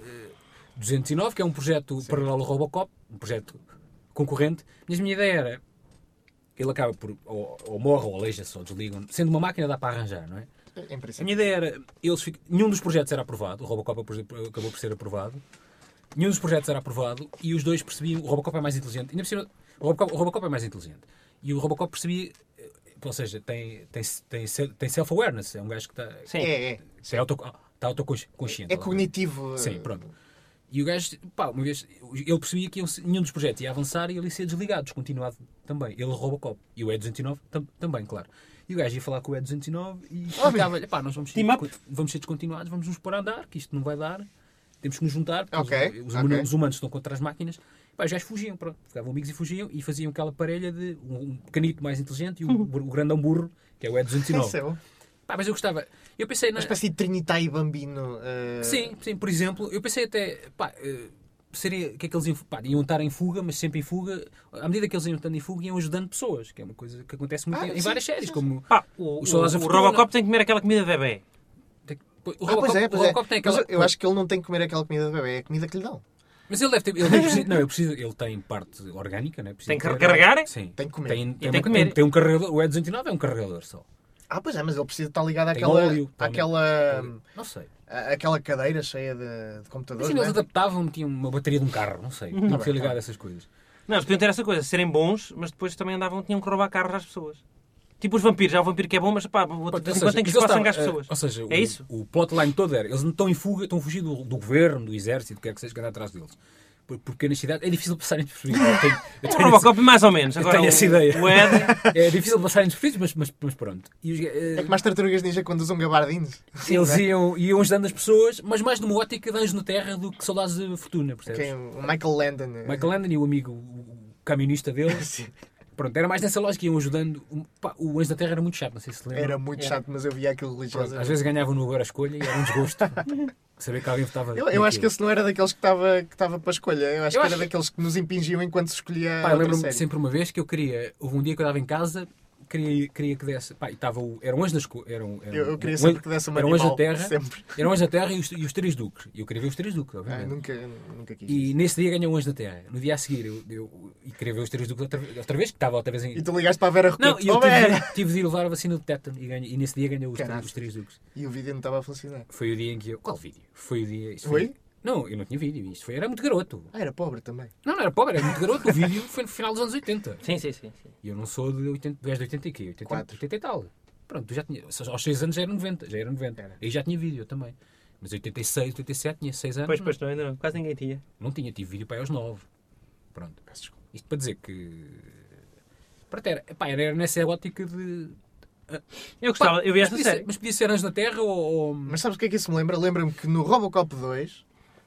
209, que é um projeto paralelo ao Robocop, um projeto concorrente. Mas a minha ideia era, ele acaba por, ou morre, ou aleija-se, ou desligam. Sendo uma máquina dá para arranjar, não é? Em A princípio. minha ideia era, nenhum dos projetos era aprovado, o Robocop acabou por ser aprovado, nenhum dos projetos era aprovado e os dois percebiam, o Robocop é mais inteligente, ainda por cima, o Robocop é mais inteligente, e o Robocop percebia, ou seja, tem self-awareness, é um gajo que está Sim. É autoconsciente. cognitivo. Sim, pronto. E o gajo, pá, uma vez, ele percebia que nenhum dos projetos ia avançar e ele ia ser desligado, descontinuado também. Ele, Robocop. E o E209 também, claro. E o gajo ia falar com o E209 e explicava-lhe, pá, nós vamos ser descontinuados, vamos nos pôr a andar, que isto não vai dar, temos que nos juntar, porque Ok, os ok. humanos estão contra as máquinas. Pá, os gajos fugiam, pronto. Ficavam amigos e fugiam e faziam aquela parelha de um pequenito mais inteligente e o grandão burro, que é o Isso E209. é bom. Pá, mas eu gostava, eu pensei Uma espécie de Trinitai Bambino. Sim, por exemplo, eu pensei até, pá, seria que eles iam estar em fuga, mas sempre em fuga, à medida que eles iam estando em fuga, iam ajudando pessoas, que é uma coisa que acontece muito em sim, várias séries, sim, como Pá, o Os Soldados da Fortuna. Robocop tem que comer aquela comida de bebê. o Pois é. o Robocop tem aquela. Mas eu acho que ele não tem que comer aquela comida de bebê, é a comida que lhe dão. Mas ele deve ter, ele tem parte orgânica, né? Tem que ter- recarregar? Sim. Tem que comer. Tem que comer. Tem um carregador, o E209 é um carregador só. Pois é, mas ele precisa estar ligado Tem àquela, óleo, àquela, Não sei. àquela cadeira cheia de computadores. Imagina, eles não é? adaptavam, metiam uma bateria de um carro, não sei. Não bem, precisa ligar tá. a essas coisas. Não, eles podiam ter essa coisa, serem bons, mas depois também tinham que roubar carros às pessoas. Tipo os vampiros, há um vampiro que é bom, mas pá, de vez em quando tem que chupar sangue às pessoas. Ou seja, É isso? o plotline todo era, eles não estão em fuga, estão a fugir do governo, do exército, do que quer que seja, que anda atrás deles. Porque na cidade é difícil passarem despercebidos. O Robocop mais ou menos. eu Agora, tenho essa ideia. O Ed... É difícil passarem despercebidos, mas pronto. E É que mais tartarugas ninja quando usam gabardines. eles iam ajudando as pessoas, mas mais numa ótica de Anjos na Terra do que Soldados de Fortuna, percebes? O Michael Landon. Michael Landon e o amigo, o camionista dele. Pronto, era mais nessa lógica, iam ajudando. Pá, o Anjo da Terra era muito chato, não sei se lembra. Era muito chato, mas eu via aquilo Pronto, religioso. às vezes ganhavam no Uber a escolha e era um desgosto. Saber que alguém votava. Eu acho que naquilo. esse não era daqueles que estava para a escolha. Eu acho Eu que acho era daqueles que nos impingiam enquanto se escolhia Pá, eu outra lembro-me série. sempre uma vez que eu queria. Houve um dia que eu estava em casa, queria que desse. Pá, e estava era um anjo das Eu queria sempre que desse uma Era um anjo da animal. Terra. Sempre. Era um anjo da Terra e os três duques. E eu queria ver os três duques, obviamente. Nunca quis. E nesse dia ganhou um anjo da Terra. No dia a seguir eu queria ver os três duques outra vez, que estava outra vez em. E tu ligaste para a Vera Não, Recruto. e eu Oh, Vera! tive de ir levar a vacina do tétano e nesse dia ganhou Caraca. os três duques. E o vídeo não estava a funcionar. Foi o dia em que eu. Qual vídeo? Foi o dia. Isso Foi? Não, eu não tinha vídeo. Isto era muito garoto. Era pobre também. Não era pobre, era muito garoto. O vídeo foi no final dos anos 80. Sim. E eu não sou de 80, tu és de 80 e quê? 80 e tal. Pronto, tu já tinha, aos 6 anos já era 90. Era. Aí já tinha vídeo também. Mas 86, 87, tinha 6 anos. Pois, não, ainda não. Quase ninguém tinha. Não tinha, tive vídeo para aí aos 9. Pronto. Peço desculpa. Isto para dizer que... Pronto, era nessa ótica de... Eu gostava, eu vi esta mas série. Mas podia ser Anjos da Terra ou... Mas sabes o que é que isso me lembra? Lembra-me que no Robocop 2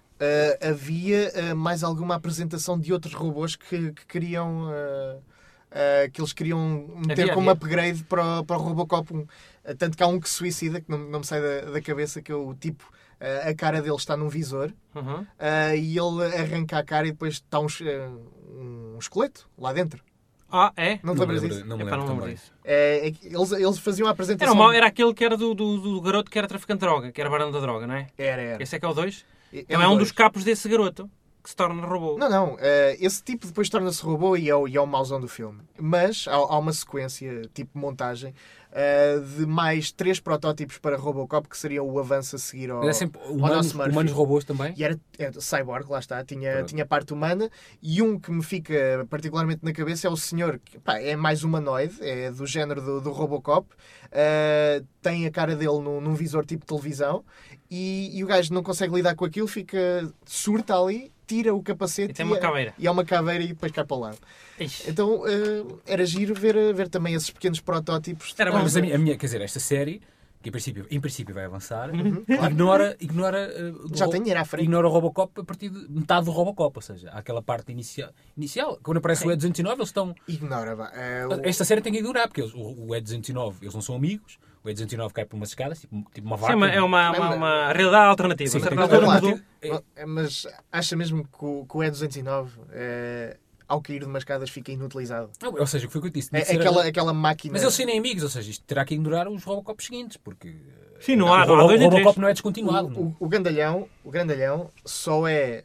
havia mais alguma apresentação de outros robôs que queriam... que eles queriam meter como upgrade para o Robocop 1. Tanto que há um que se suicida, que não me sai da cabeça, que é o tipo... a cara dele está num visor e ele arranca a cara e depois está um esqueleto lá dentro. Ah, é? Não te lembras disso? Não me Epá, lembro não também. disso. Eles faziam a apresentação... Era aquele que era do garoto que era traficante de droga, que era barão da droga, não é? Era. Esse é que é o 2? É Não é um o dos dois. capos desse garoto que se torna robô. Não. Esse tipo depois torna-se robô e é o mauzão do filme. Mas há uma sequência, tipo montagem, de mais 3 protótipos para Robocop, que seriam o avanço a seguir ao, Mas é sempre ao nosso Murphy. humanos robôs também? E era cyborg, lá está, tinha parte humana. E um que me fica particularmente na cabeça é o senhor, que é mais humanoide, é do género do Robocop. Tem a cara dele num visor tipo televisão. E o gajo não consegue lidar com aquilo, surta ali, tira o capacete E tem uma caveira. E há uma caveira e depois cai para o lado. Ixi. Então era giro ver também esses pequenos protótipos. Era Não, bom. mas quer dizer, esta série, que em princípio vai avançar, ignora Já tem dinheiro à frente. ignora o Robocop a partir de metade do Robocop, ou seja, há aquela parte inicial. Quando aparece o E209, eles estão... Ignora. Esta série tem que ignorar, porque o E209, eles não são amigos, o E209 cai por umas escadas, tipo uma vaca. Sim, é uma realidade alternativa. Sim, A certa tem altura Vamos mudou. lá. Mas acha mesmo que o E209, ao cair de umas escadas, fica inutilizado? Não, ou seja, o que foi o que eu disse. Aquela máquina... Mas eles serem amigos, ou seja, isto terá que ignorar os Robocops seguintes, porque... Sim, não há o dois nem Robocop três. não é descontinuado. não. O grandalhão só é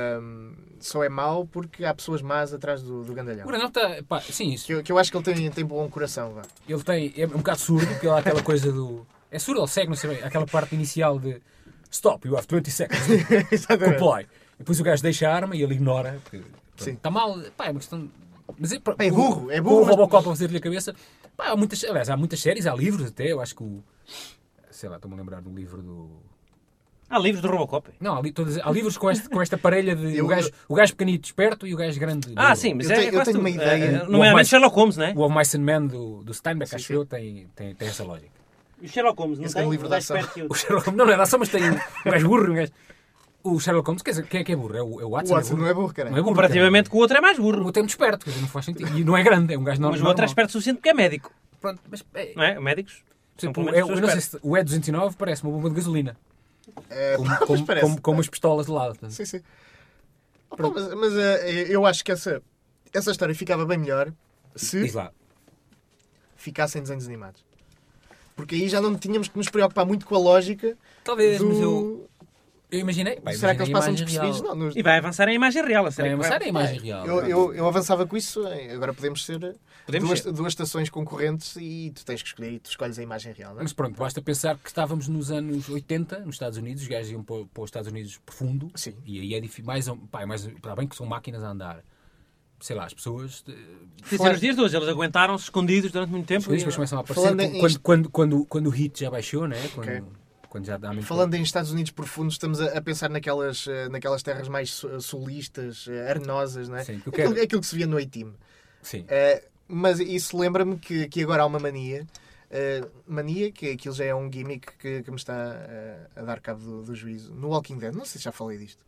mau porque há pessoas más atrás do grandalhão. O Grandão está... Pá, sim, isso. Que eu acho que ele tem bom coração. Vá. Ele tem... É um bocado surdo, porque ele há aquela coisa do... É surdo, ele segue, não sei bem, aquela parte inicial de... Stop, you have 20 seconds. Exatamente. Comply. E depois o gajo deixa a arma e ele ignora. Porque, Sim. está mal. Pá, é uma questão... Mas É burro. Com o mas- Robocop a fazer-lhe a cabeça... Pá, há muitas séries, há livros até. Eu acho que o... Sei lá, estou-me a lembrar do livro do... Há livros do Robocop. Não, há livros com esta parelha de... Eu- o gajo pequenito esperto e o gajo grande... Ah, burro. sim, mas Eu é tenho quase uma tudo. ideia. Nomeadamente Sherlock Holmes, não é? O Of Mice and Men do Steinbeck, Sim, acho sim. eu, tem essa lógica. E o Sherlock Holmes, não Esse é tem? um livro O de gajo ação. esperto e o- O Sherlock Holmes não é ação, mas tem um gajo burro. O Sherlock Holmes, quer dizer, quem é que é burro? É o O Watson? Watson não é burro, cara. Não é burro, Comparativamente com o outro é mais O burro. outro é muito esperto, quer dizer, não faz sentido. E não é grande, é um gajo normal. Mas o outro é esperto o suficiente porque é médico. Pronto, mas, Não é? Médicos. São tipo, pelo menos eu não pessoas sei se o E209 parece uma bomba de gasolina. Mas parece. Com umas pistolas de lado. portanto. Sim. Opa, mas eu acho que essa história ficava bem melhor se Diz lá. ficassem desenhos animados. Porque aí já não tínhamos que nos preocupar muito com a lógica Talvez, do... mas eu imaginei. Pá, Será que eles imaginei a passam imagem despercebidos? real. Não, E vai avançar em imagem real. A série Vai que avançar a imagem real. eu avançava com isso. Agora podemos ser Podemos duas estações concorrentes e tu tens que escolher e tu escolhes a imagem real, não é? Mas pronto, basta pensar que estávamos nos anos 80, nos Estados Unidos, os gajos iam para os Estados Unidos profundo, Sim. e aí é difícil, está bem que são máquinas a andar. Sei lá, as pessoas... Fizeram os dias de hoje. Eles aguentaram-se escondidos durante muito tempo. Depois começam a aparecer Falando em- quando o hit já baixou, né? Ok. Quando já dá muito... Falando em Estados Unidos profundos, estamos a pensar naquelas terras mais sulistas, arenosas, não é? Sim, que eu quero- Aquilo que se via no A-Team. Sim. Mas isso lembra-me que agora há uma mania, que aquilo já é um gimmick que me está a dar cabo do juízo. No Walking Dead, não sei se já falei disto.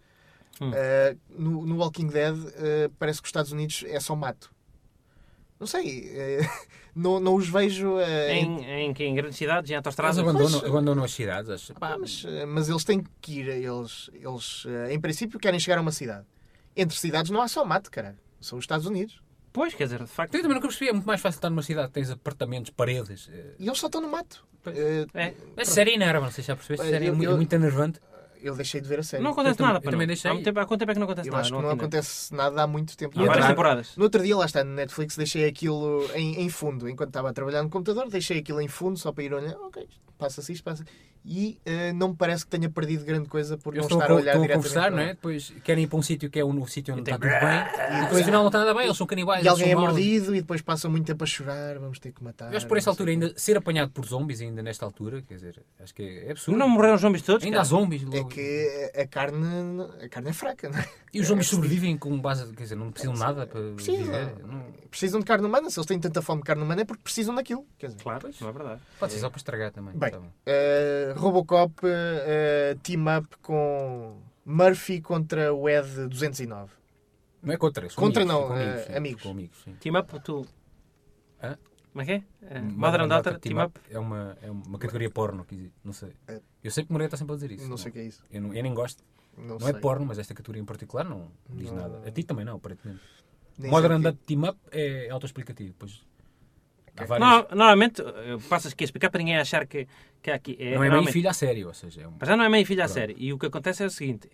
No Walking Dead parece que os Estados Unidos é só mato. Não sei, não os vejo Em grandes cidades, em Eles autostradas. abandonam as cidades. Acho. mas eles têm que ir, eles em princípio querem chegar a uma cidade. Entre cidades não há só mato, caralho. São os Estados Unidos. Pois, quer dizer, de facto. Eu também nunca percebi, é muito mais fácil estar numa cidade que tens apartamentos, paredes. E eles só estão no mato. É. A série enerva, não sei se já percebeste, a série é Eu- muito enervante. Eu deixei de ver a série. Não acontece Eu nada. também deixei. Há quanto tempo é que não acontece Eu nada? acho que não acontece nada há muito tempo. Há várias temporadas. No outro dia, lá está, no Netflix, deixei aquilo em fundo. Enquanto estava a trabalhar no computador, deixei aquilo em fundo só para ir olhar. Ok, passa-se isto, passa. e não me parece que tenha perdido grande coisa por Eu não estou estar a olhar a diretamente conversar, para não é? lá. Depois querem ir para um sítio que é o sítio onde E está tem- tudo bem. E depois afinal não está nada bem, eles são canibais. E eles alguém é são maus. mordido e depois passam muito tempo a chorar, vamos ter que matar. Eu acho que por essa não sei altura, o quê. ainda ser apanhado por zombies, ainda nesta altura, quer dizer, acho que é absurdo. Não morreram os zombies todos? Ainda há cara? zombies. É que a carne é fraca, não é? E os zombies sobrevivem com base, quer dizer, não precisam de nada para Precisam. viver. Não... Precisam de carne humana. Se eles têm tanta fome de carne humana é porque precisam daquilo. Quer dizer. Claro, não é verdade. Pode ser só para estragar também. Bem, Tá bom. Robocop team up com Murphy contra o Ed 209. Não é contra, são Contra amigos, não, são amigos, sim, amigos. são amigos, sim. Team Up, tu... Hã? Como é que é? Mother and Daughter, Team Up. É uma categoria porno, quer dizer, não sei. Eu sei que o Moreira está sempre a dizer isso. Não sei o que é isso. Eu nem gosto. Não Não é sei. porno, mas esta categoria em particular não diz Não. nada. A ti também não, aparentemente. Nem Modern sei o Undead Team Up é autoexplicativo. Pois há vários... Normalmente, passas aqui a explicar para ninguém achar que há aqui... Não é mãe e normalmente- filha a sério, ou seja, é, Mas já não é mãe e filha a Pronto. série. E o que acontece é o seguinte,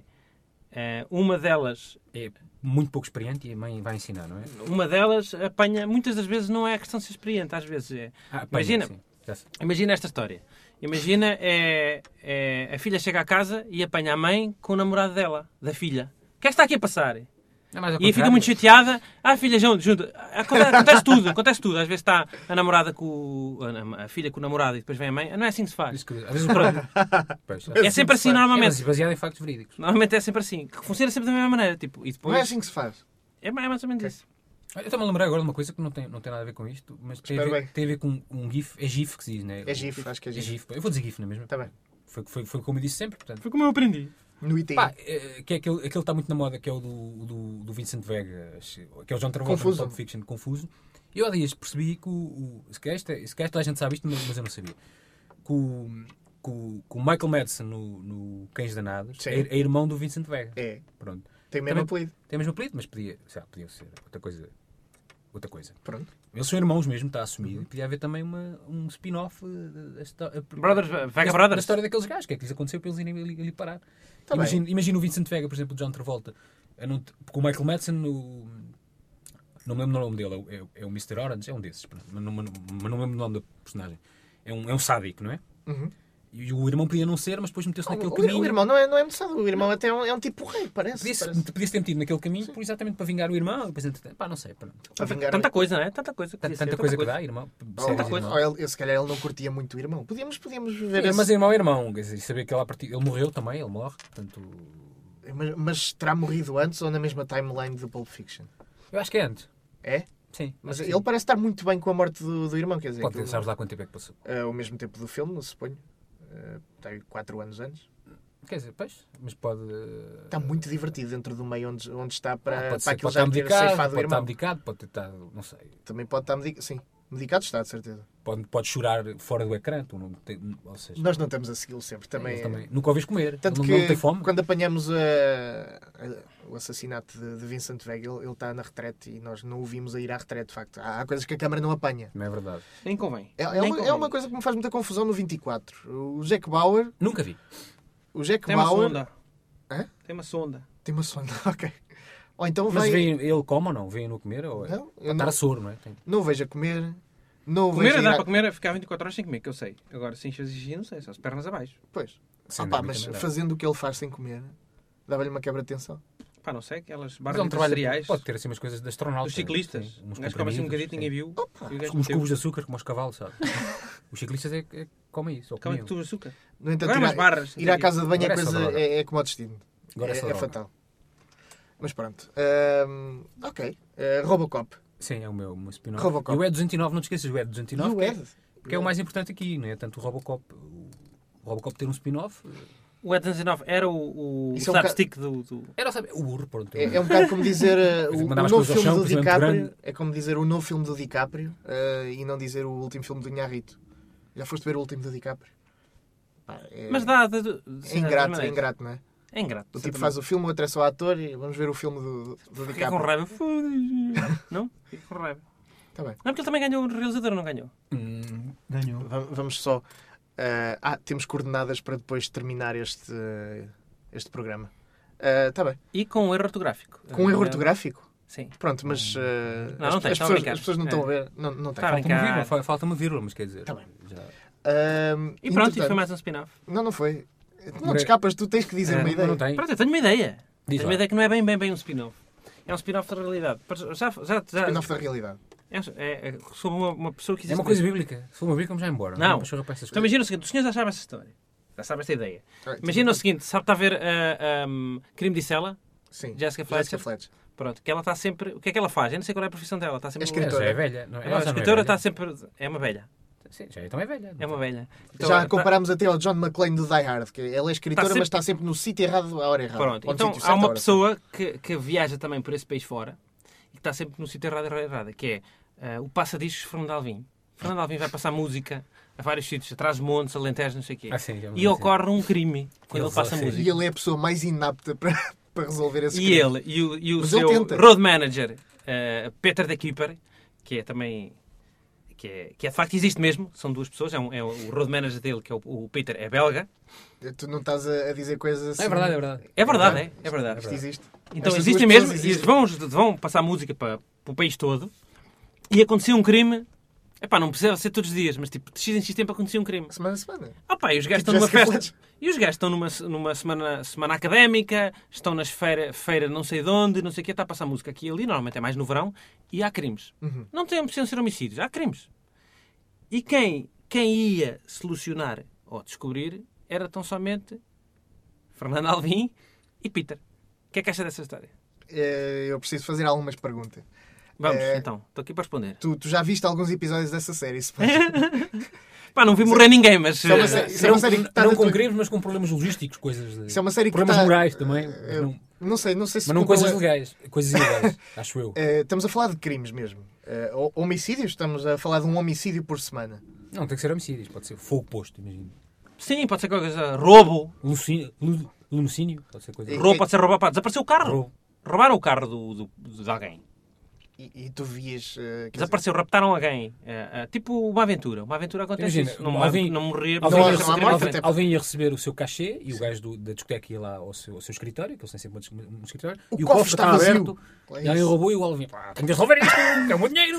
uma delas muito pouco experiente e a mãe vai ensinar, não é? Uma delas apanha, muitas das vezes não é a questão de ser experiente, às vezes é. Imagina- sim, já sei. Imagina esta história. Imagina a filha chega à casa e apanha a mãe com o namorado dela, da filha. O que é que está aqui a passar? É mais ao E fica contrário. muito chateada. Ah, filha, junto. Acontece tudo. Às vezes está a namorada com a filha com o namorado e depois vem a mãe. Não é assim que se faz. Isso que- às vezes o próprio... Pois, É sempre assim normalmente. mas baseado em factos verídicos. Normalmente é sempre assim. Funciona sempre da mesma maneira. Tipo, e Não é depois... assim que se faz. É mais ou menos isso. Eu estou-me a lembrar agora de uma coisa que não tem nada a ver com isto, mas tem Espero a bem. ver com um GIF. É GIF que se diz, não é? É GIF, acho que é GIF. Eu vou dizer GIF, não é mesmo? Está bem. Foi como eu disse sempre, portanto. Foi como eu aprendi. No ITI. Pá, que é aquele que está muito na moda, que é o do Vincent Vega, que é o John Travolta Confuso. no Pulp Fiction, Confuso. E eu há dias percebi que se calhar toda a gente sabe isto, mas eu não sabia. Que o Michael Madsen no Cães Danados Sim. é irmão do Vincent Vega. É. Pronto. Tem o mesmo Também- apelido. Tem o mesmo apelido, mas podia ser outra coisa. Pronto. Eles são irmãos mesmo, está assumido. Podia haver também um spin-off Brothers, Vega da Brothers. história daqueles gajos. O que é que lhes aconteceu para eles irem ali parar? Tá bem. Imagina o Vincent Vega, por exemplo, o John Travolta. Com o Michael Madsen, não me lembro o nome dele, é o Mr. Orange, é um desses. Mas não me lembro o nome da personagem. É um sádico, não é? Uhum. E o irmão podia não ser, mas depois meteu-se naquele caminho. O irmão não é muito sábio. O irmão até é um tipo rei, parece. Podia-se ter metido naquele caminho exatamente para vingar o irmão. Depois, pá, não sei. Para vingar Tanta coisa, não é? Tanta coisa. Tanta coisa que dá, irmão. Tanta coisa. Se calhar ele não curtia muito o irmão. Podíamos ver Sim, esse- mas irmão é irmão. Quer dizer, saber que ele morreu também, ele morre. Portanto, Mas terá morrido antes ou na mesma timeline do Pulp Fiction? eu acho que é antes. É? Sim. Mas acho que ele parece estar muito bem com a morte do irmão, quer dizer. pode ter, aquilo- sabes lá quanto tempo é que passou. ao mesmo tempo do filme, não suponho. Tem 4 anos antes. Quer dizer, pois, mas pode... Está muito divertido dentro do meio onde está para, pode para aquilo pode já estar ter medicado, ceifado o pode estar irmão. medicado, pode estar, não sei, Também pode estar medicado. Sim, medicado está, de certeza. pode chorar fora do ecrã, tu não tem, ou seja, Nós não estamos a segui-lo sempre. ele Também, nunca o vês comer, Tanto não, que não tem fome. quando apanhamos o assassinato de Vincent Vega, ele está na retrete e nós não o vimos a ir à retrete, de facto. Há coisas que a câmara não apanha. Não é verdade. Nem convém. É uma coisa que me faz muita confusão no 24. O Jack Bauer... Nunca vi. O Jack Tem uma Bauer... sonda. Hã? Tem uma sonda. Tem uma sonda, ok. Ou então Mas vai... vê ele come ou não? Vê-no a comer? Ou Não, eu estar não- a soro, não é? Não o vejo a comer. Não o Comer vejo dá ir para comer, ficar 24 horas sem comer, que eu sei. Agora, sem xixi, não sei, só as pernas abaixo. Pois. Sem Opa, dúvida mas também dá. fazendo o que ele faz sem comer, dava-lhe uma quebra de tensão. Pá, não sei, aquelas Mas barras é um trabalho, cereais pode ter assim umas coisas de astronauta. dos ciclistas. sim, uns Os gajos comem assim um comprimidos, bocadinho, ninguém viu. E o gajo Uns meteu. cubos de açúcar, como os cavalos, sabe? Os ciclistas comem isso, ou Comem comiam. tudo açúcar. No entanto, Agora umas barras. ir à casa de banho é, Agora é só coisa, droga. é como o destino. Agora é só droga. fatal. Mas pronto. Ok. Robocop. Sim, é o meu spin-off. Robocop. E o E209, não te esqueças, o E209, E o Ed? que é o mais importante aqui, não é? Tanto o Robocop ter um spin-off, O E19 era o Isso é um slapstick do... era, sabe, o burro, pronto. É um bocado como dizer o Mandava as novo coisas ao filme chão, do precisamente DiCaprio. grande. É como dizer o novo filme do DiCaprio e não dizer o último filme do Inharrito. Já foste ver o último do DiCaprio? Pá, Mas dá... É ingrato, não é? É ingrato. O tipo faz o filme, o outro é só ator e vamos ver o filme do Fica DiCaprio. com raiva. Foda-se. Não? Fica com raiva. Tá bem. Não, porque ele também ganhou o realizador, não ganhou? Ganhou. Vamos só... temos coordenadas para depois terminar este programa. Está bem. E com um erro ortográfico. Com um erro ortográfico? Sim. Pronto, mas Não tem, as estão a pessoas brincar. não estão a ver. Não tem. Está bem. Falta uma vírgula, mas quer dizer... Tá bem. já- E pronto, entretanto- e foi mais um spin-off. Não foi. Não te escapas, tu tens que dizer uma ideia. Não tem. Pronto, eu tenho uma ideia. Diz Tenho lá. uma ideia que não é bem um spin-off. É um spin-off da realidade. Já, Spin-off da realidade. é sobre uma pessoa que existe É uma coisa mesmo. bíblica. Se for uma bíblica, vamos já embora. Não. Vamos para essas Então coisas. imagina o seguinte, os senhores já sabem essa história. Já sabem esta ideia. Ah, Imagina o seguinte, sabe, está a ver Crime de Cela? Sim. Jessica Fletcher. Pronto, que ela está sempre... O que é que ela faz? Eu não sei qual é a profissão dela. Está sempre... É escritora. Já é velha. Não, É ela uma já não é escritora, velha. está sempre... É uma velha. Sim, já então é velha. É uma velha. Então, Já ela comparamos até ao John McClane do Die Hard, que ele é escritora, Está sempre- mas está sempre no sítio errado à hora errada. Pronto, Ou no então sítio há certo à uma hora pessoa que viaja também por esse país fora e que está sempre no sítio errado, que é o Passadiscos Fernando Alvim. Fernando Alvim vai passar música a vários sítios, atrás de montes, Alentejo, não sei o quê. Ah, sim, já me E lembro, ocorre um crime quando Ele ele passa sim. certa. música. E ele é a pessoa mais inapta para resolver esse E crime. ele e o Mas seu ele tenta. road manager, Peter de Kuyper, que é também... Que é de facto existe mesmo, são duas pessoas, é o road manager dele, que é o Peter, é belga. Tu não estás a dizer coisas assim. É verdade, é verdade. É verdade, é verdade. Isto existe. Então Estas existem duas mesmo, pessoas e existem. vão passar música para o país todo, e aconteceu um crime, epá, não precisa ser todos os dias, mas tipo, de X em X tempo acontecia um crime. Semana a semana. Ah pá, e os gajos Tipo estão numa Jessica festa, e os gajos estão numa semana académica, estão nas feira não sei de onde, não sei o quê, está a passar música aqui e ali, normalmente é mais no verão, e há crimes. Uhum. Não precisam ser homicídios, há crimes. E quem ia solucionar ou descobrir era tão somente Fernando Alvim e Peter. O que é que acha dessa história? Eu preciso fazer algumas perguntas. Vamos, É. então, estou aqui para responder. Tu já viste alguns episódios dessa série? Se pode. Pá, não vi morrer ninguém, mas... Isso é uma série- isso é uma série que está Não na com tua- crimes, mas com problemas logísticos, coisas de... Isso é uma série que problemas está... morais também. Não sei se... Mas não com coisas problema- legais. Coisas ilegais, acho eu. Estamos a falar de crimes mesmo. Homicídios? Estamos a falar de um homicídio por semana. Não, tem que ser homicídios. Pode ser fogo posto, imagino. Sim, pode ser qualquer coisa. Roubo. Lunocínio, pode ser coisa... Roubo pode ser roubar. Pá, desapareceu o carro. Roubo. Roubaram o carro de alguém. E tu vias... quer dizer, Desapareceu, raptaram alguém. Tipo uma aventura. Uma aventura acontece Imagina, isso. Não, alguém- não morria. Alguém, Não, ia não há receber, morte, alguém- até- alguém ia receber o seu cachê e o gajo da discoteca ia lá ao seu escritório, que eles têm sempre um escritório, O e o cofre cofre está estava vazio. aberto, É e alguém isso. roubou e o Alvin, pá, tenho de resolver isto, que é o meu dinheiro.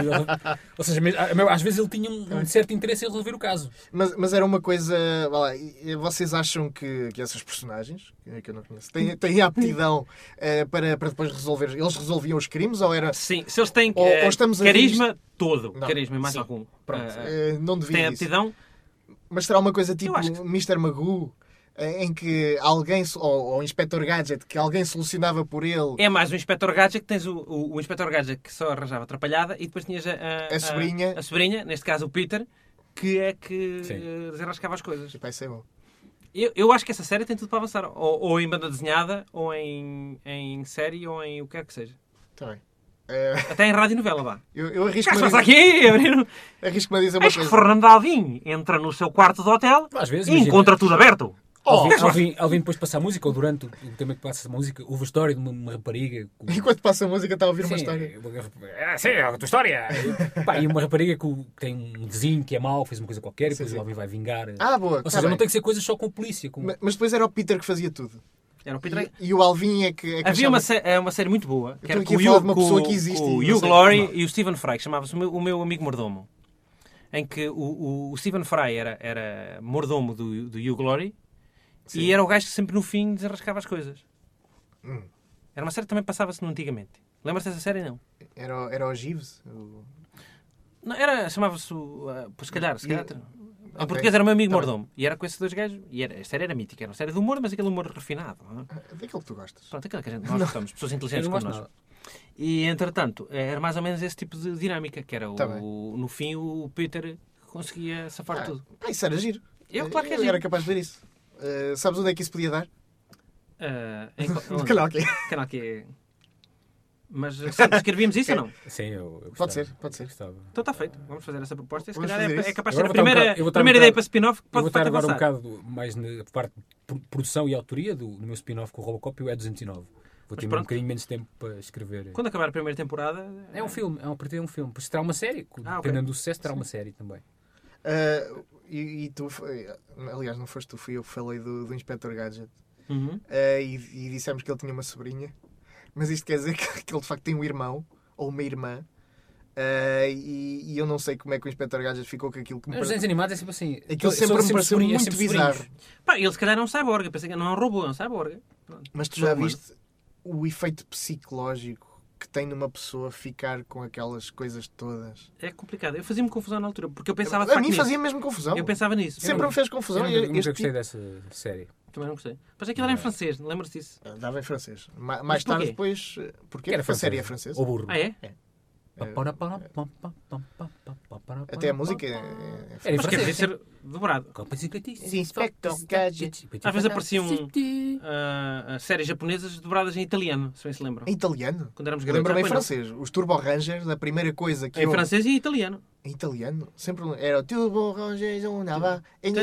Ou seja, às vezes ele tinha um certo interesse em resolver o caso. Mas era uma coisa... vá lá, e vocês acham que essas personagens, que eu não conheço, têm aptidão para depois resolver... Eles resolviam os crimes ou era... Sim, se eles têm Ou estamos a ver carisma todo. Não, Carisma, mais sim. algum. Pronto, não Tem devia isso. aptidão. Mas será uma coisa tipo Eu acho que- Mr. Magoo, em que alguém, ou Inspector Gadget, que alguém solucionava por ele É mais o Inspector Gadget, que tens o Inspector Gadget que só arranjava atrapalhada e depois tinhas A sobrinha. a sobrinha, neste caso o Peter, que é que Sim. desenrascava as coisas. Vai ser bom. Eu acho que essa série tem tudo para avançar. Ou em banda desenhada, ou em série, ou em o que quer que seja. Está bem. Até em rádio novela, vá. Eu O que é que arrisco-me se passa a aqui? arrisco-me a dizer uma Acho que coisa. Fernando Alvim entra no seu quarto de hotel Às vezes, e imagina. encontra tudo aberto. Alvin depois passa a música, ou durante o tema que passa a música, houve a história de uma rapariga... Enquanto passa a música está a ouvir uma Sim, história. sim, é a tua história. Pá, e uma rapariga que tem um vizinho que é mau, fez uma coisa qualquer, e depois Sim, o Alvin vai vingar. Ah, boa. Ou tá seja, bem. não tem que ser coisas só com a polícia. Com... Mas depois era o Peter que fazia tudo. Era o Peter. E o Alvin é que Havia achava- uma série muito boa, que Eu era estou com aqui o a falar de uma Hugh, pessoa com que existe o e não Hugh sei. Laurie Não. e o Stephen Fry, que chamava-se o meu amigo mordomo. Em que o Stephen Fry era mordomo do Hugh Laurie Sim. e era o gajo que sempre no fim desenrascava as coisas. Hum. Era uma série que também passava-se no antigamente. Lembras-te dessa série? Não. Era o Gives? Não, chamava-se, se calhar. Em Ok. português era o meu amigo Tá bem. mordomo. E era com esses dois gajos. E a série era mítica. Era uma série de humor, mas aquele humor refinado. Não é? Daquele que tu gostas. Pronto, aquele que nós gostamos. Pessoas Eu inteligentes não como gosto nós. nada. E, entretanto, era mais ou menos esse tipo de dinâmica. Que era, Tá bem. no fim, o Peter conseguia safar tudo. Isso era giro. Claro que é Eu giro. era capaz de ver isso. Sabes onde é que isso podia dar? Onde? Canal que Canal que é... Mas Santos, escrevíamos isso ou não? Sim, eu Pode gostava. ser, pode ser. Gostava. Então está feito. Vamos fazer essa proposta. E se Vamos calhar fazer é isso. capaz de ser Agora a vou estar um primeira, bocado- eu vou estar um primeira bocado- ideia para spin-off que Eu vou pode estar pode agora um avançar. bocado mais na parte de produção e autoria do meu spin-off com o Robocop e o E209. Vou ter um pronto. bocadinho menos tempo para escrever. Quando acabar a primeira temporada... É um filme, a partir de um filme. Depois terá uma série. ok. Dependendo do sucesso, terá uma série também. E tu, aliás, não foste tu, fui eu que falei do Inspector Gadget. Uhum. E dissemos que ele tinha uma sobrinha. Mas isto quer dizer que ele de facto tem um irmão ou uma irmã E eu não sei como é que o Inspector Gadget ficou com aquilo que me Os desenhos animados é sempre assim. Aquilo sempre me pareceu muito sempre bizarro. sobrinhos. Pá, ele se calhar é um cyborg. Eu pensei que não é um robô, é um cyborg. Pronto. Mas tu já Não, viste o efeito psicológico que tem numa pessoa ficar com aquelas coisas todas? É complicado. Eu fazia-me confusão na altura, porque eu pensava de A facto mim nisso. fazia mesmo confusão. Eu pensava nisso. Sempre me fez Eu confusão. nunca Este gostei tipo- dessa série. Também não gostei. Mas aquilo era em francês, lembras-te disso? Dava em francês. Mais Mas tarde porquê? depois... Porquê? Que era Porque a série é francesa. francesa. Ou burro. Ah, é? Até a música é Era Mas em quer francês. ser dobrado. Inspector Gadget. Às vezes apareciam séries japonesas dobradas em italiano, se bem se lembram. Em italiano? Quando éramos garotos. Lembro-me em Ah, pois francês. Os Turbo Rangers, a primeira coisa que não. Em francês e em italiano. Em italiano? Sempre era o Turbo Rangers, on va...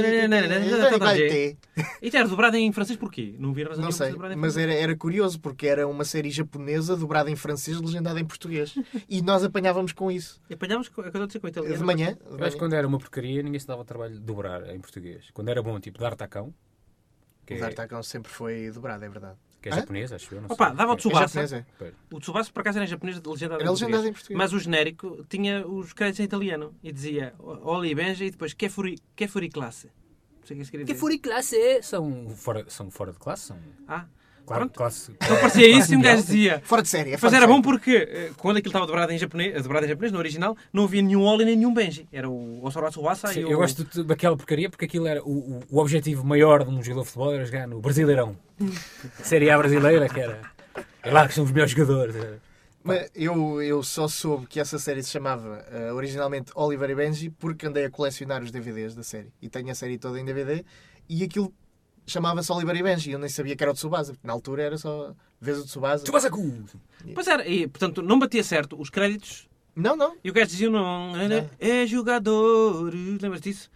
E era dobrado em francês porquê? Não havia razão Não nenhuma para sei, ser dobrado em mas francês. era curioso porque era uma série japonesa dobrada em francês, legendada em português. E nós apanhávamos com isso. E apanhámos com com italiano. De manhã. Eu acho que quando era uma porcaria, ninguém se dava o trabalho de dobrar em português. Quando era bom, tipo, D'Artacão, que O é, D'Artacão sempre foi dobrado, é verdade. que é Hã? japonês, acho eu. Não Opa, sei. dava o É Tsubasa. japonês, é. Pois. O Tsubasa por acaso era em japonês, legendado Era legendado em português. Mas o genérico tinha os créditos em italiano. E dizia Oli e Benja e depois que furi classe. Não sei o que isso queria Que dizer. furi classe! São fora de classe? São, Ah, claro, pronto. classe. Então parecia isso e um gajo dizia... Fora de série. É Mas fora de era série. bom porque quando aquilo estava dobrado em japonês, no original, não havia nenhum Oli nem nenhum Benji. Era o Osaru Tsubasa Sim, e o... eu gosto daquela porcaria porque aquilo era o objetivo maior de um jogador de futebol era jogar no Brasileirão. Série A brasileira, que era. É lá que são os melhores jogadores. Mas eu só soube que essa série se chamava originalmente Oliver e Benji porque andei a colecionar os DVDs da série. E tenho a série toda em DVD e aquilo chamava-se Oliver e Benji. Eu nem sabia que era o Tsubasa. Porque na altura era só vez o Tsubasa. Tsubasa-ku! Pois era, e portanto não batia certo os créditos. Não, não. E o gajo dizia não, é jogador, lembras disso?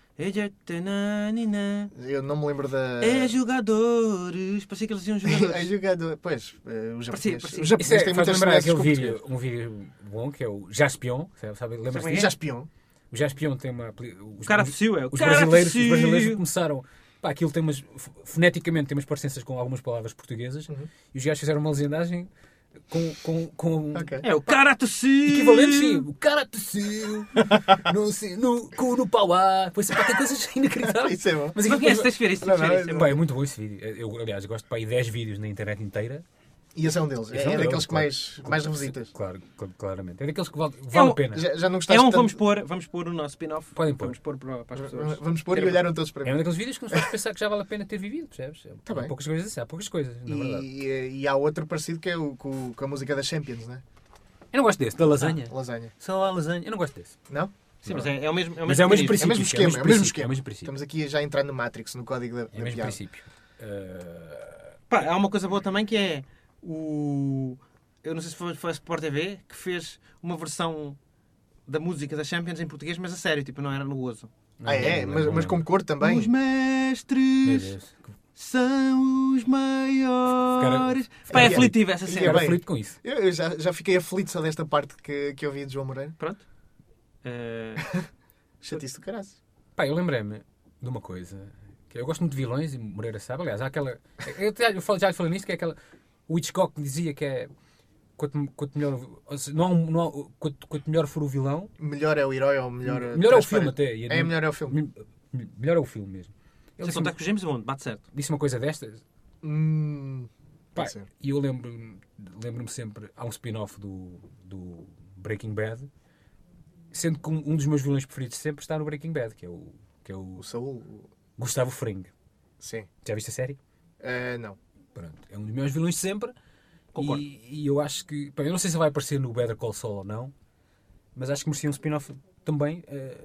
Eu não me lembro da... É jogadores, parecia que eles diziam É jogadores. jogador. Pois, o japonês. parecia. O Isso japonês tem faz muitas lembrar semelhanças aquele com o vídeo, um vídeo bom que é o Jaspion. Sabe? Lembras-te Sabe disso? Já espion. O Jaspion tem uma. O cara tossiu, é o Os cara brasileiros tossiu. começaram. Pá, aquilo tem umas. Foneticamente tem umas parecenças com algumas palavras portuguesas e os gajos fizeram uma legendagem com Ok. É o cara tossiu. equivalentes, sim. O cara tossiu, não sei, no cu no pau á. Pois, pá, tem coisas inacreditáveis. Isso é bom. Mas Não aquilo conheces, tens de ver isso. tens de ver isso, é bom. Pá, é muito bom esse vídeo. Eu, aliás, gosto de 10 vídeos na internet inteira. E esse é um deles. Esse é um É deles, daqueles que claro. mais revisitas. Claro, claramente. É daqueles que vale um- a pena. Já não É gostaste um, tanto... vamos pôr o nosso spin-off. Podem pôr. Vamos pôr para as pessoas. Vamos pôr e olharam todos para É mim. um daqueles vídeos que nos faz pensar que já vale a pena ter vivido, percebes? Tá bem. Há poucas coisas assim, há poucas coisas, na verdade. E há outro parecido que é com a música da Champions, não é? Eu não gosto desse, da lasanha. Lasanha. Só a lasanha. Eu não gosto desse. Não? Sim, mas é o mesmo Mas é o mesmo mecanismo. É o mesmo esquema. É o mesmo esquema. É o mesmo princípio. Estamos aqui já a entrar no Matrix, no código da É o mesmo piada. princípio. Pá, há uma coisa boa também que é eu não sei se foi a Sport TV que fez uma versão da música da Champions em português, mas a sério, tipo, não era no gozo. Ah, é? Mas com cor também? Os Meu mestres Deus. são os maiores. Pá, é Fica- aflitivo essa fica cena. Ficar bem. aflito com isso. Eu já fiquei aflito só desta parte que ouvi de João Moreira. Pronto. Eh, Chatice do caralho. Pá, eu lembrei-me de uma coisa. Que eu gosto muito de vilões e Moreira sabe. Aliás, há aquela. Já lhe falei nisso, que é aquela. O Hitchcock dizia que é. Quanto melhor. Quanto melhor for o vilão. Melhor é o herói ou melhor... Melhor é o filme até. E É, melhor é o filme. Melhor é o filme mesmo. Ele Se disse, contar com o James Bond, bate certo. disse uma coisa destas. Pá, Pode ser. e eu lembro-me sempre. Há um spin-off do Breaking Bad. Sendo que um dos meus vilões preferidos sempre está no Breaking Bad, que é o O Saul... Gustavo Fring. Sim. Já viste a série? Não. Pronto. É um dos meus vilões de sempre. Concordo. E eu acho que... Bem, eu não sei se vai aparecer no Better Call Saul ou não, mas acho que merecia um spin-off também.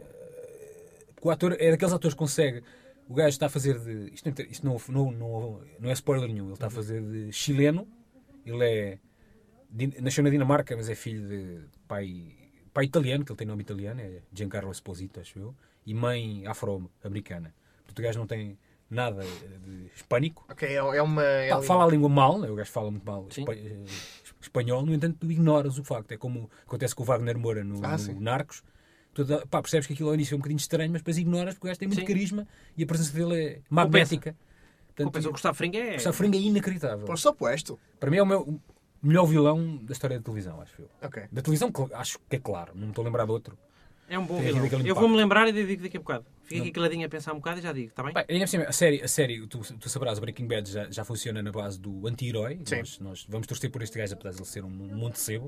O ator é daqueles atores que consegue... O gajo está a fazer de... Isto não é spoiler nenhum. Ele está a fazer de chileno. Ele nasceu na Dinamarca, mas é filho de pai italiano, que ele tem nome italiano. É Giancarlo Esposito, acho eu. E mãe afro-americana. Portanto, o gajo não tem nada de hispânico. Ok, é uma... Fala a língua mal, né? O gajo fala muito mal Sim. espanhol, no entanto tu ignoras o facto. É como acontece com o Wagner Moura no sim. Narcos. Tu percebes que aquilo ao início é um bocadinho estranho, mas depois ignoras porque o gajo tem muito Sim. carisma e a presença dele é magnética. Compensa. O Gustavo Fring é... Gustavo Fring é inacreditável. Por supuesto. Para mim é o meu... melhor vilão da história da televisão, acho eu. Ok. Da televisão, acho que é claro. Não me estou a lembrar de outro. É um bom Tem vilão. aquele Eu impacto. vou-me lembrar e digo daqui a bocado. Fica Não. aqui caladinho a pensar um bocado e já digo, está bem? Bem, ainda por cima, a série tu sabrás, o Breaking Bad já funciona na base do anti-herói. Sim. Nós vamos torcer por este gajo, apesar de ele ser um monte de sebo.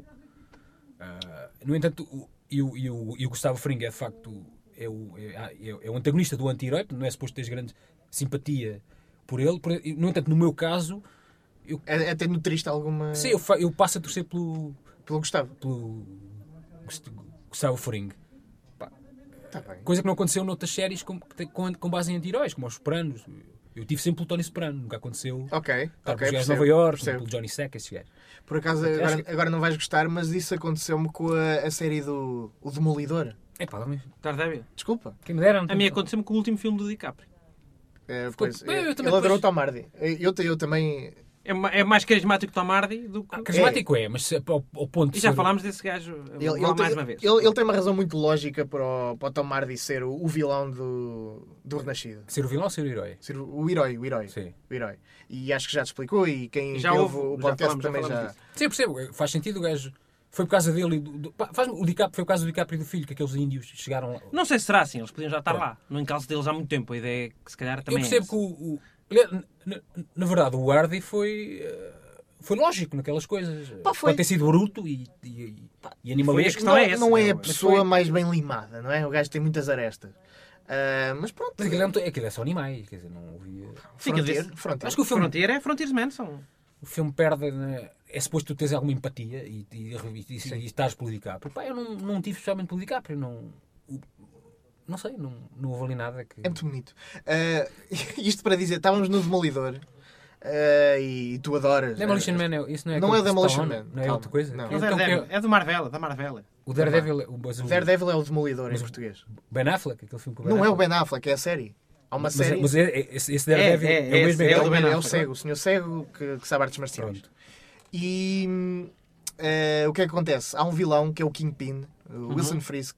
No entanto, o Gustavo Fring é de facto é o antagonista do anti-herói, não é suposto ter grande simpatia por ele. No entanto, no meu caso, É até nutriste alguma... sim, eu passo a torcer pelo Gustavo. Gustavo Fring. Tá bem. Coisa que não aconteceu noutras séries com base em anti-heróis, como os Sopranos. Eu tive sempre pelo Tony Soprano, nunca aconteceu. Ok. Estar pelos gajos de percebo, Nova Iorque, percebo. pelo Johnny Sack, esses gajos. Por acaso, agora não vais gostar, mas isso aconteceu-me com a série do O Demolidor. É pá, mas Daredevil. Desculpa. quem me dera. A mim aconteceu-me com o último filme do DiCaprio. Pois, eu também ele depois- adorou Tom Hardy. Eu também... É mais carismático que Tom Hardy do que... Carismático mas ao ponto de E já ser- falámos desse gajo Ele, lá ele mais tem, uma vez. ele tem uma razão muito lógica para o Tom Hardy ser o vilão do Renascido. ser o vilão ou ser o herói. Ser o herói. Sim. O herói. E acho que já te explicou e quem Já ouve houve, o já podcast falamos também já... disso. Sim, eu percebo. Faz sentido o gajo. Foi por causa dele. O DiCaprio foi por causa do DiCaprio e do filho que aqueles índios chegaram lá. Não sei se será assim, eles podiam já estar Pronto. lá. No encalço deles há muito tempo. A ideia é que se calhar Eu também percebo é que na verdade o Hardy foi lógico naquelas coisas. Pá, foi. Pode ter sido bruto e Foi a animalesco. questão é essa. Não é a Mas pessoa foi- mais bem limada, não é? O gajo tem muitas arestas. Mas pronto. Mas aquilo é só animais. Quer dizer, não havia... Frontier. Acho que o filme, Frontier é Frontiers Manson. o filme perde. Né? É suposto tu teres alguma empatia e estás pelo DiCaprio. Pá, eu não tive especialmente pelo DiCaprio. Não sei, não houve ali nada que. É muito bonito. Isto para dizer, estávamos no Demolidor e tu adoras. Demolition Man, isso não é Não aquele é Demolition Stallone? Man, Não é calma. outra coisa? Não. É o Daredevil. É do Marvel. Da Marvel. O Daredevil, O Daredevil é o Demolidor em português. Ben Affleck, aquele filme com o Ben Não é o Affleck. Ben Affleck, é a série. Há uma Mas série. esse Daredevil É, é o mesmo é É o o Ben Ben, é o Affleck. cego, o senhor cego que sabe artes marciais. Pronto. E o que é que acontece? Há um vilão que é o Kingpin, o Wilson Fisk.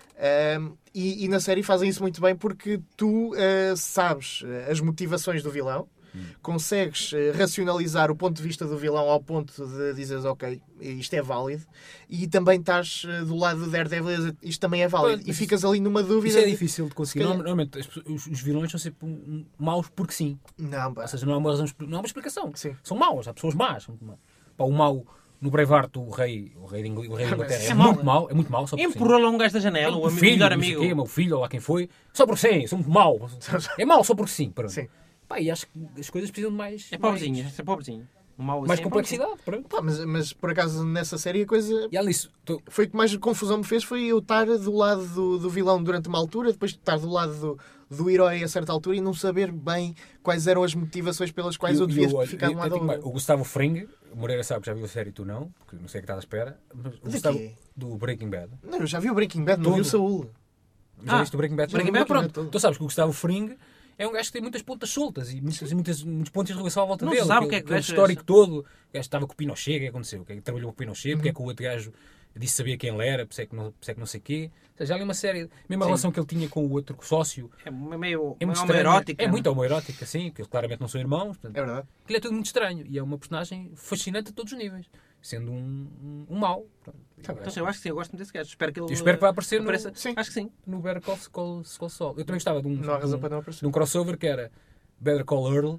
E na série fazem isso muito bem porque tu sabes as motivações do vilão, consegues racionalizar o ponto de vista do vilão ao ponto de dizeres ok, isto é válido, e também estás do lado do Daredevil, isto também é válido, Pois, e ficas ali numa dúvida. Isso é difícil de conseguir. Se calhar- Normalmente os vilões são sempre maus porque sim. Não, Ou seja, não há uma razão, não há uma explicação. Sim. São maus, há pessoas más. Pá, o mau no Braveheart, o rei da Inglaterra É é mau. muito mau, só porque sim. Empurrou lá um gajo da janela, o filho, melhor não sei amigo. quê, o meu filho, ou lá quem foi, só porque sim, são muito mau. É mau só porque sim. Pronto. Sim. Pá, e acho que as coisas precisam de mais. É pobrezinho. É pobrezinho. Um mau Mais assim é complexidade. Pronto. Pá, mas por acaso nessa série a coisa E além disso, foi o que mais confusão me fez, foi eu estar do lado do vilão durante uma altura, depois estar do lado do herói a certa altura e não saber bem quais eram as motivações pelas quais eu devia ficar de um lado ao outro. o Gustavo Fring, o Moreira sabe que já viu a série e tu não, porque não sei o que estás à espera, mas o De Gustavo quê? do Breaking Bad. Não, eu já vi o Breaking Bad, não vi o Tudo. Saúl. Já viste o Breaking Bad? Breaking Bad, Pronto. todo. Tu sabes que o Gustavo Fring é um gajo que tem muitas pontas soltas e muitos pontos de relação à volta Não dele. se sabe o que é que Aquele o gajo histórico todo. O gajo estava com o Pinochet, o que aconteceu? O que é que trabalhou com o Pinochet? Porque é que o outro gajo disse saber quem ele era, por isso é que não sei o quê. Ou seja, há ali uma série, mesmo a relação que ele tinha com o outro sócio. É meio É muito homoerótica. É muito homoerótica, sim, porque eles claramente não são irmãos. Portanto, É verdade. aquilo é tudo muito estranho e é uma personagem fascinante a todos os níveis, sendo um mau. Pronto. Então, eu acho que sim, eu gosto muito desse gajo. Espero que ele Eu espero que vá aparecer no- Sim. Acho que sim. No Better Call Saul. Eu também gostava de Não há razão para não aparecer. de um crossover que era Better Call Earl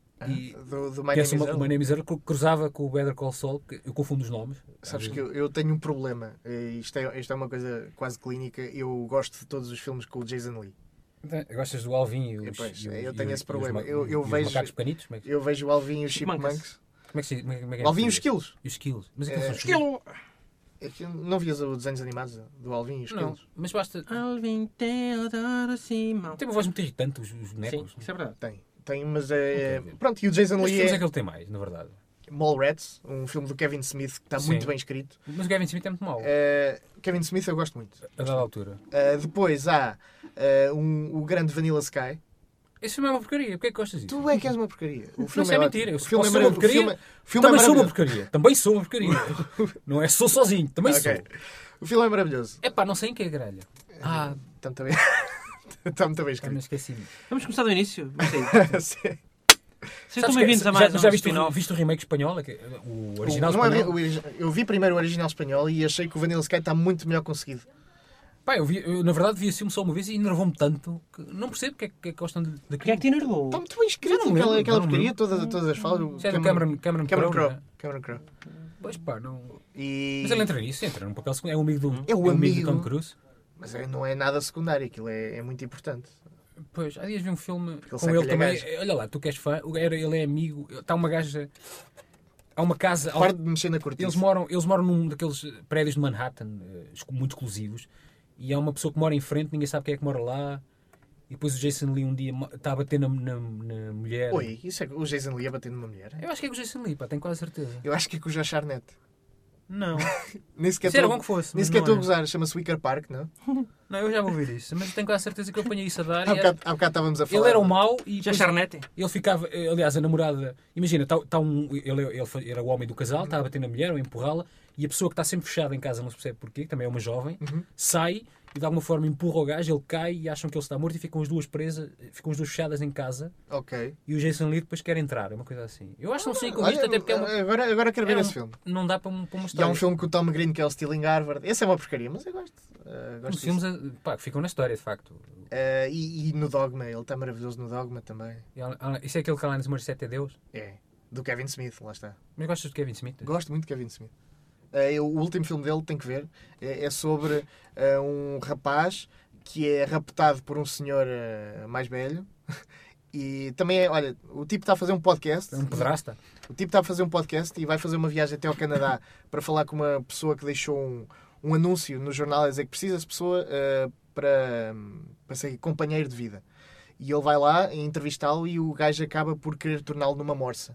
e Do My que Name is Earl. My Name is Earl, que cruzava com o Better Call Saul, que eu confundo os nomes. Sabes que eu tenho um problema. Isto é uma coisa quase clínica. Eu gosto de todos os filmes com o Jason Lee. Gostas do Alvin e os, Pois, e os- eu e tenho os- esse e os problema. ma- Eu e os vejo- macacos pequenitos? Como é que Eu vejo o Alvin e os Chipmunks. Chipmunks. como é que como é que é Alvin e os português? Esquilos. E os Esquilos. Mas aqueles são Esquilo! É que não vias os desenhos animados do Alvin e os Não, Esquilos? mas basta... Alvin Teodoro Simão. Tem uma voz muito irritante, os Sim, bonecos. isso é verdade. Tem, mas Não é... quero ver. Pronto, e o Jason Mas que Lee filmes é é que ele tem mais, na verdade? Mallrats, um filme do Kevin Smith que está Sim. muito bem escrito. Mas o Gavin Smith é muito mau, Kevin Smith eu gosto muito. a dada altura. Depois há o grande Vanilla Sky. Esse filme é uma porcaria, porquê é que gostas disso? Tu é que és uma porcaria. O Não, filme isso é ótimo. mentira. Eu O filme posso é ser uma maravilhoso. porcaria, O filme é também sou uma maravilhoso. porcaria. Também sou uma porcaria. Não é sou sozinho, também Ok. sou. O filme é maravilhoso. É pá, não sei em que é grelha. Está muito bem já me escrito. esqueci. Vamos começar do início? Mas é isso. Sim. Sejam bem-vindos a mais já um spin-off. viste o remake espanhol? O original Não é espanhol? eu vi primeiro o original espanhol e achei que o Vanilla Sky está muito melhor conseguido. Pá, eu, na verdade vi esse filme só uma vez e enervou-me tanto que não percebo porque é que gostam daquilo. Porque é que te enervou? Está muito bem escrito, não me lembro, aquela não me porcaria, lembro. todas as falas. Isso é do Cameron Crowe, Crowe. não é? Cameron Crowe. Pois pá, não... E... Mas ele entra nisso, entra num papel secundário. É um amigo do, É o amigo amigo. do Tom Cruise. Mas não é nada secundário, aquilo é muito importante. Pois, há dias vi um filme ele com sabe ele que ele é também. Olha lá, tu que és fã, ele é amigo. Está uma gaja. Há uma casa. Para de mexer na cortiça. Eles moram num daqueles prédios de Manhattan, muito exclusivos. E há uma pessoa que mora em frente, ninguém sabe quem é que mora lá. E depois o Jason Lee um dia está a bater na mulher. Oi, isso é o Jason Lee a bater numa mulher? Eu acho que é com o Jason Lee, pá, tenho quase certeza. Eu acho que é com o Josh Hartnett. Não. Nem sequer Isso era estou- bom que fosse. Nem mas sequer não estou a é. gozar, chama-se Wicker Park, não? Não, eu já vou ouvir isso. Mas tenho quase certeza que eu apanhei isso a dar. Há E era- bocado estávamos a falar. Ele era o mau e Já depois Charnete? ele ficava, aliás, a namorada, imagina, ele era o homem do casal, está a bater na mulher ou a empurrá-la, e a pessoa que está sempre fechada em casa, não se percebe porquê, que também é uma jovem, sai e de alguma forma empurra o gajo, ele cai e acham que ele está morto e ficam as duas presas, ficam as duas fechadas em casa, Ok. e o Jason Lee depois quer entrar, é uma coisa assim. Eu acho que não sei com Olha, isto, até porque é uma, agora quero ver é esse um- filme. não dá para uma E há história. um filme com o Tom Green que é o Stealing Harvard. Esse é uma porcaria, mas eu gosto. Gosto Uns filmes pá, que ficam na história, de facto. E no Dogma, ele está maravilhoso no Dogma também. Isso é aquele que Alanis Morissette é Deus? É, do Kevin Smith, lá está. Mas gostas de Kevin Smith? Gosto muito de Kevin Smith. O último filme dele, tem que ver, é sobre um rapaz que é raptado por um senhor mais velho. E também é, olha, o tipo está a fazer um podcast. É um pedrasta? O tipo está a fazer um podcast e vai fazer uma viagem até ao Canadá para falar com uma pessoa que deixou um anúncio no jornal a dizer que precisa de pessoa para ser companheiro de vida. E ele vai lá entrevistá-lo e o gajo acaba por querer torná-lo numa morsa.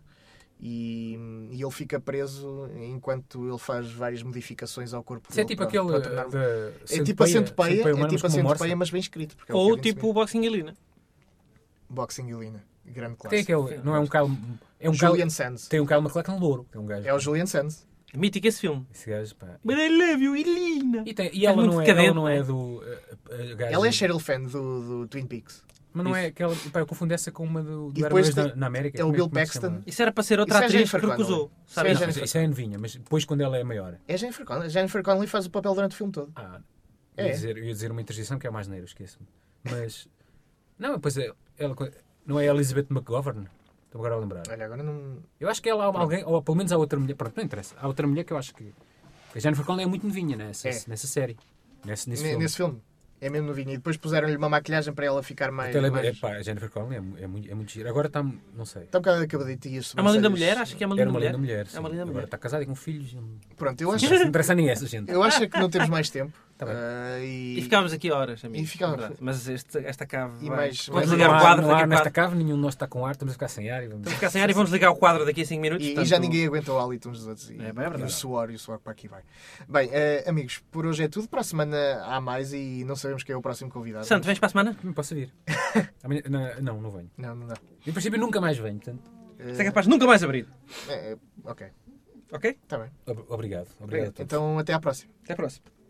E ele fica preso enquanto ele faz várias modificações ao corpo Isso é dele tipo para aquele tornar- da É tipo a centopeia, humana, mas como morsa. mas bem escrito. porque é o Ou Kevin tipo o Boxing Elina. Smith. Boxing Elina. Grande Tem clássico. aquele, não é um Kyle, é um Julian Kyle, Sands. tem um Kyle MacLachlan louro, é um gajo. É o Julian Sands. Mítico esse filme. Esse gajo, pá. But I love you, Elina. E ela, muito não é, decadente, ela não é não é? do gajo. Ela é Cheryl Fan do Twin Peaks. Mas não é aquela, pá, eu confundo essa com uma do E depois Aranhas tem- na América. é o Como Bill como se Paxton. chama? Isso era para ser outra Isso é atriz que Jennifer recusou. Connelly. Sabe? Isso é Não, Jennifer- isso é a Nevinha, mas depois quando ela é maior. É Jennifer Connelly. Jennifer Connelly faz o papel durante o filme todo. Eu É. ia dizer uma interjeição que é mais neiro, esqueço-me. Mas. Não, pois é. Ela, não é Elizabeth McGovern? Estou agora a lembrar. Olha, agora não... Eu acho que ela há alguém, ou pelo menos há outra mulher. Pronto, não interessa. Há outra mulher que eu acho que. A Jennifer Connelly é muito novinha nessa série. Nesse filme. Nesse filme. É mesmo novinho. E depois puseram-lhe uma maquilhagem para ela ficar mais... Até ela mais... pá, a Jennifer Connelly é muito gira. Agora está. Não sei. Está um bocado acabadito e as É uma linda sobrancelhas- mulher? Acho que é uma Era linda uma mulher. linda mulher. É uma sim. linda Agora mulher. está casada e com filhos. Pronto, eu acho, Não interessa a ninguém essa gente. eu acho é que não temos mais tempo. Tá bem. E ficámos aqui horas, amigo. E ficámos. Verdade. Mas esta cave. E vai- mais- Vamos mais- ligar Não o há- quadro não daqui há a nesta quadro. cave, nenhum de nós está com ar, estamos a ficar sem ar. E vamos... Vamos ficar sem ar e vamos ligar o quadro daqui a 5 minutos. E já portanto- ninguém aguenta o hálito uns dos outros. E, É verdade. e o suor para aqui vai. Bem, amigos, por hoje é tudo. Para a semana há mais e não sabemos quem é o próximo convidado. Santo, vens para a semana? Não posso vir. Amanhã, não venho. Não dá. Em princípio nunca mais venho, portanto. Isto é capaz de nunca mais abrir. Ok, Ok? está bem. Obrigado. Obrigado a todos. Então até à próxima. Até a próxima.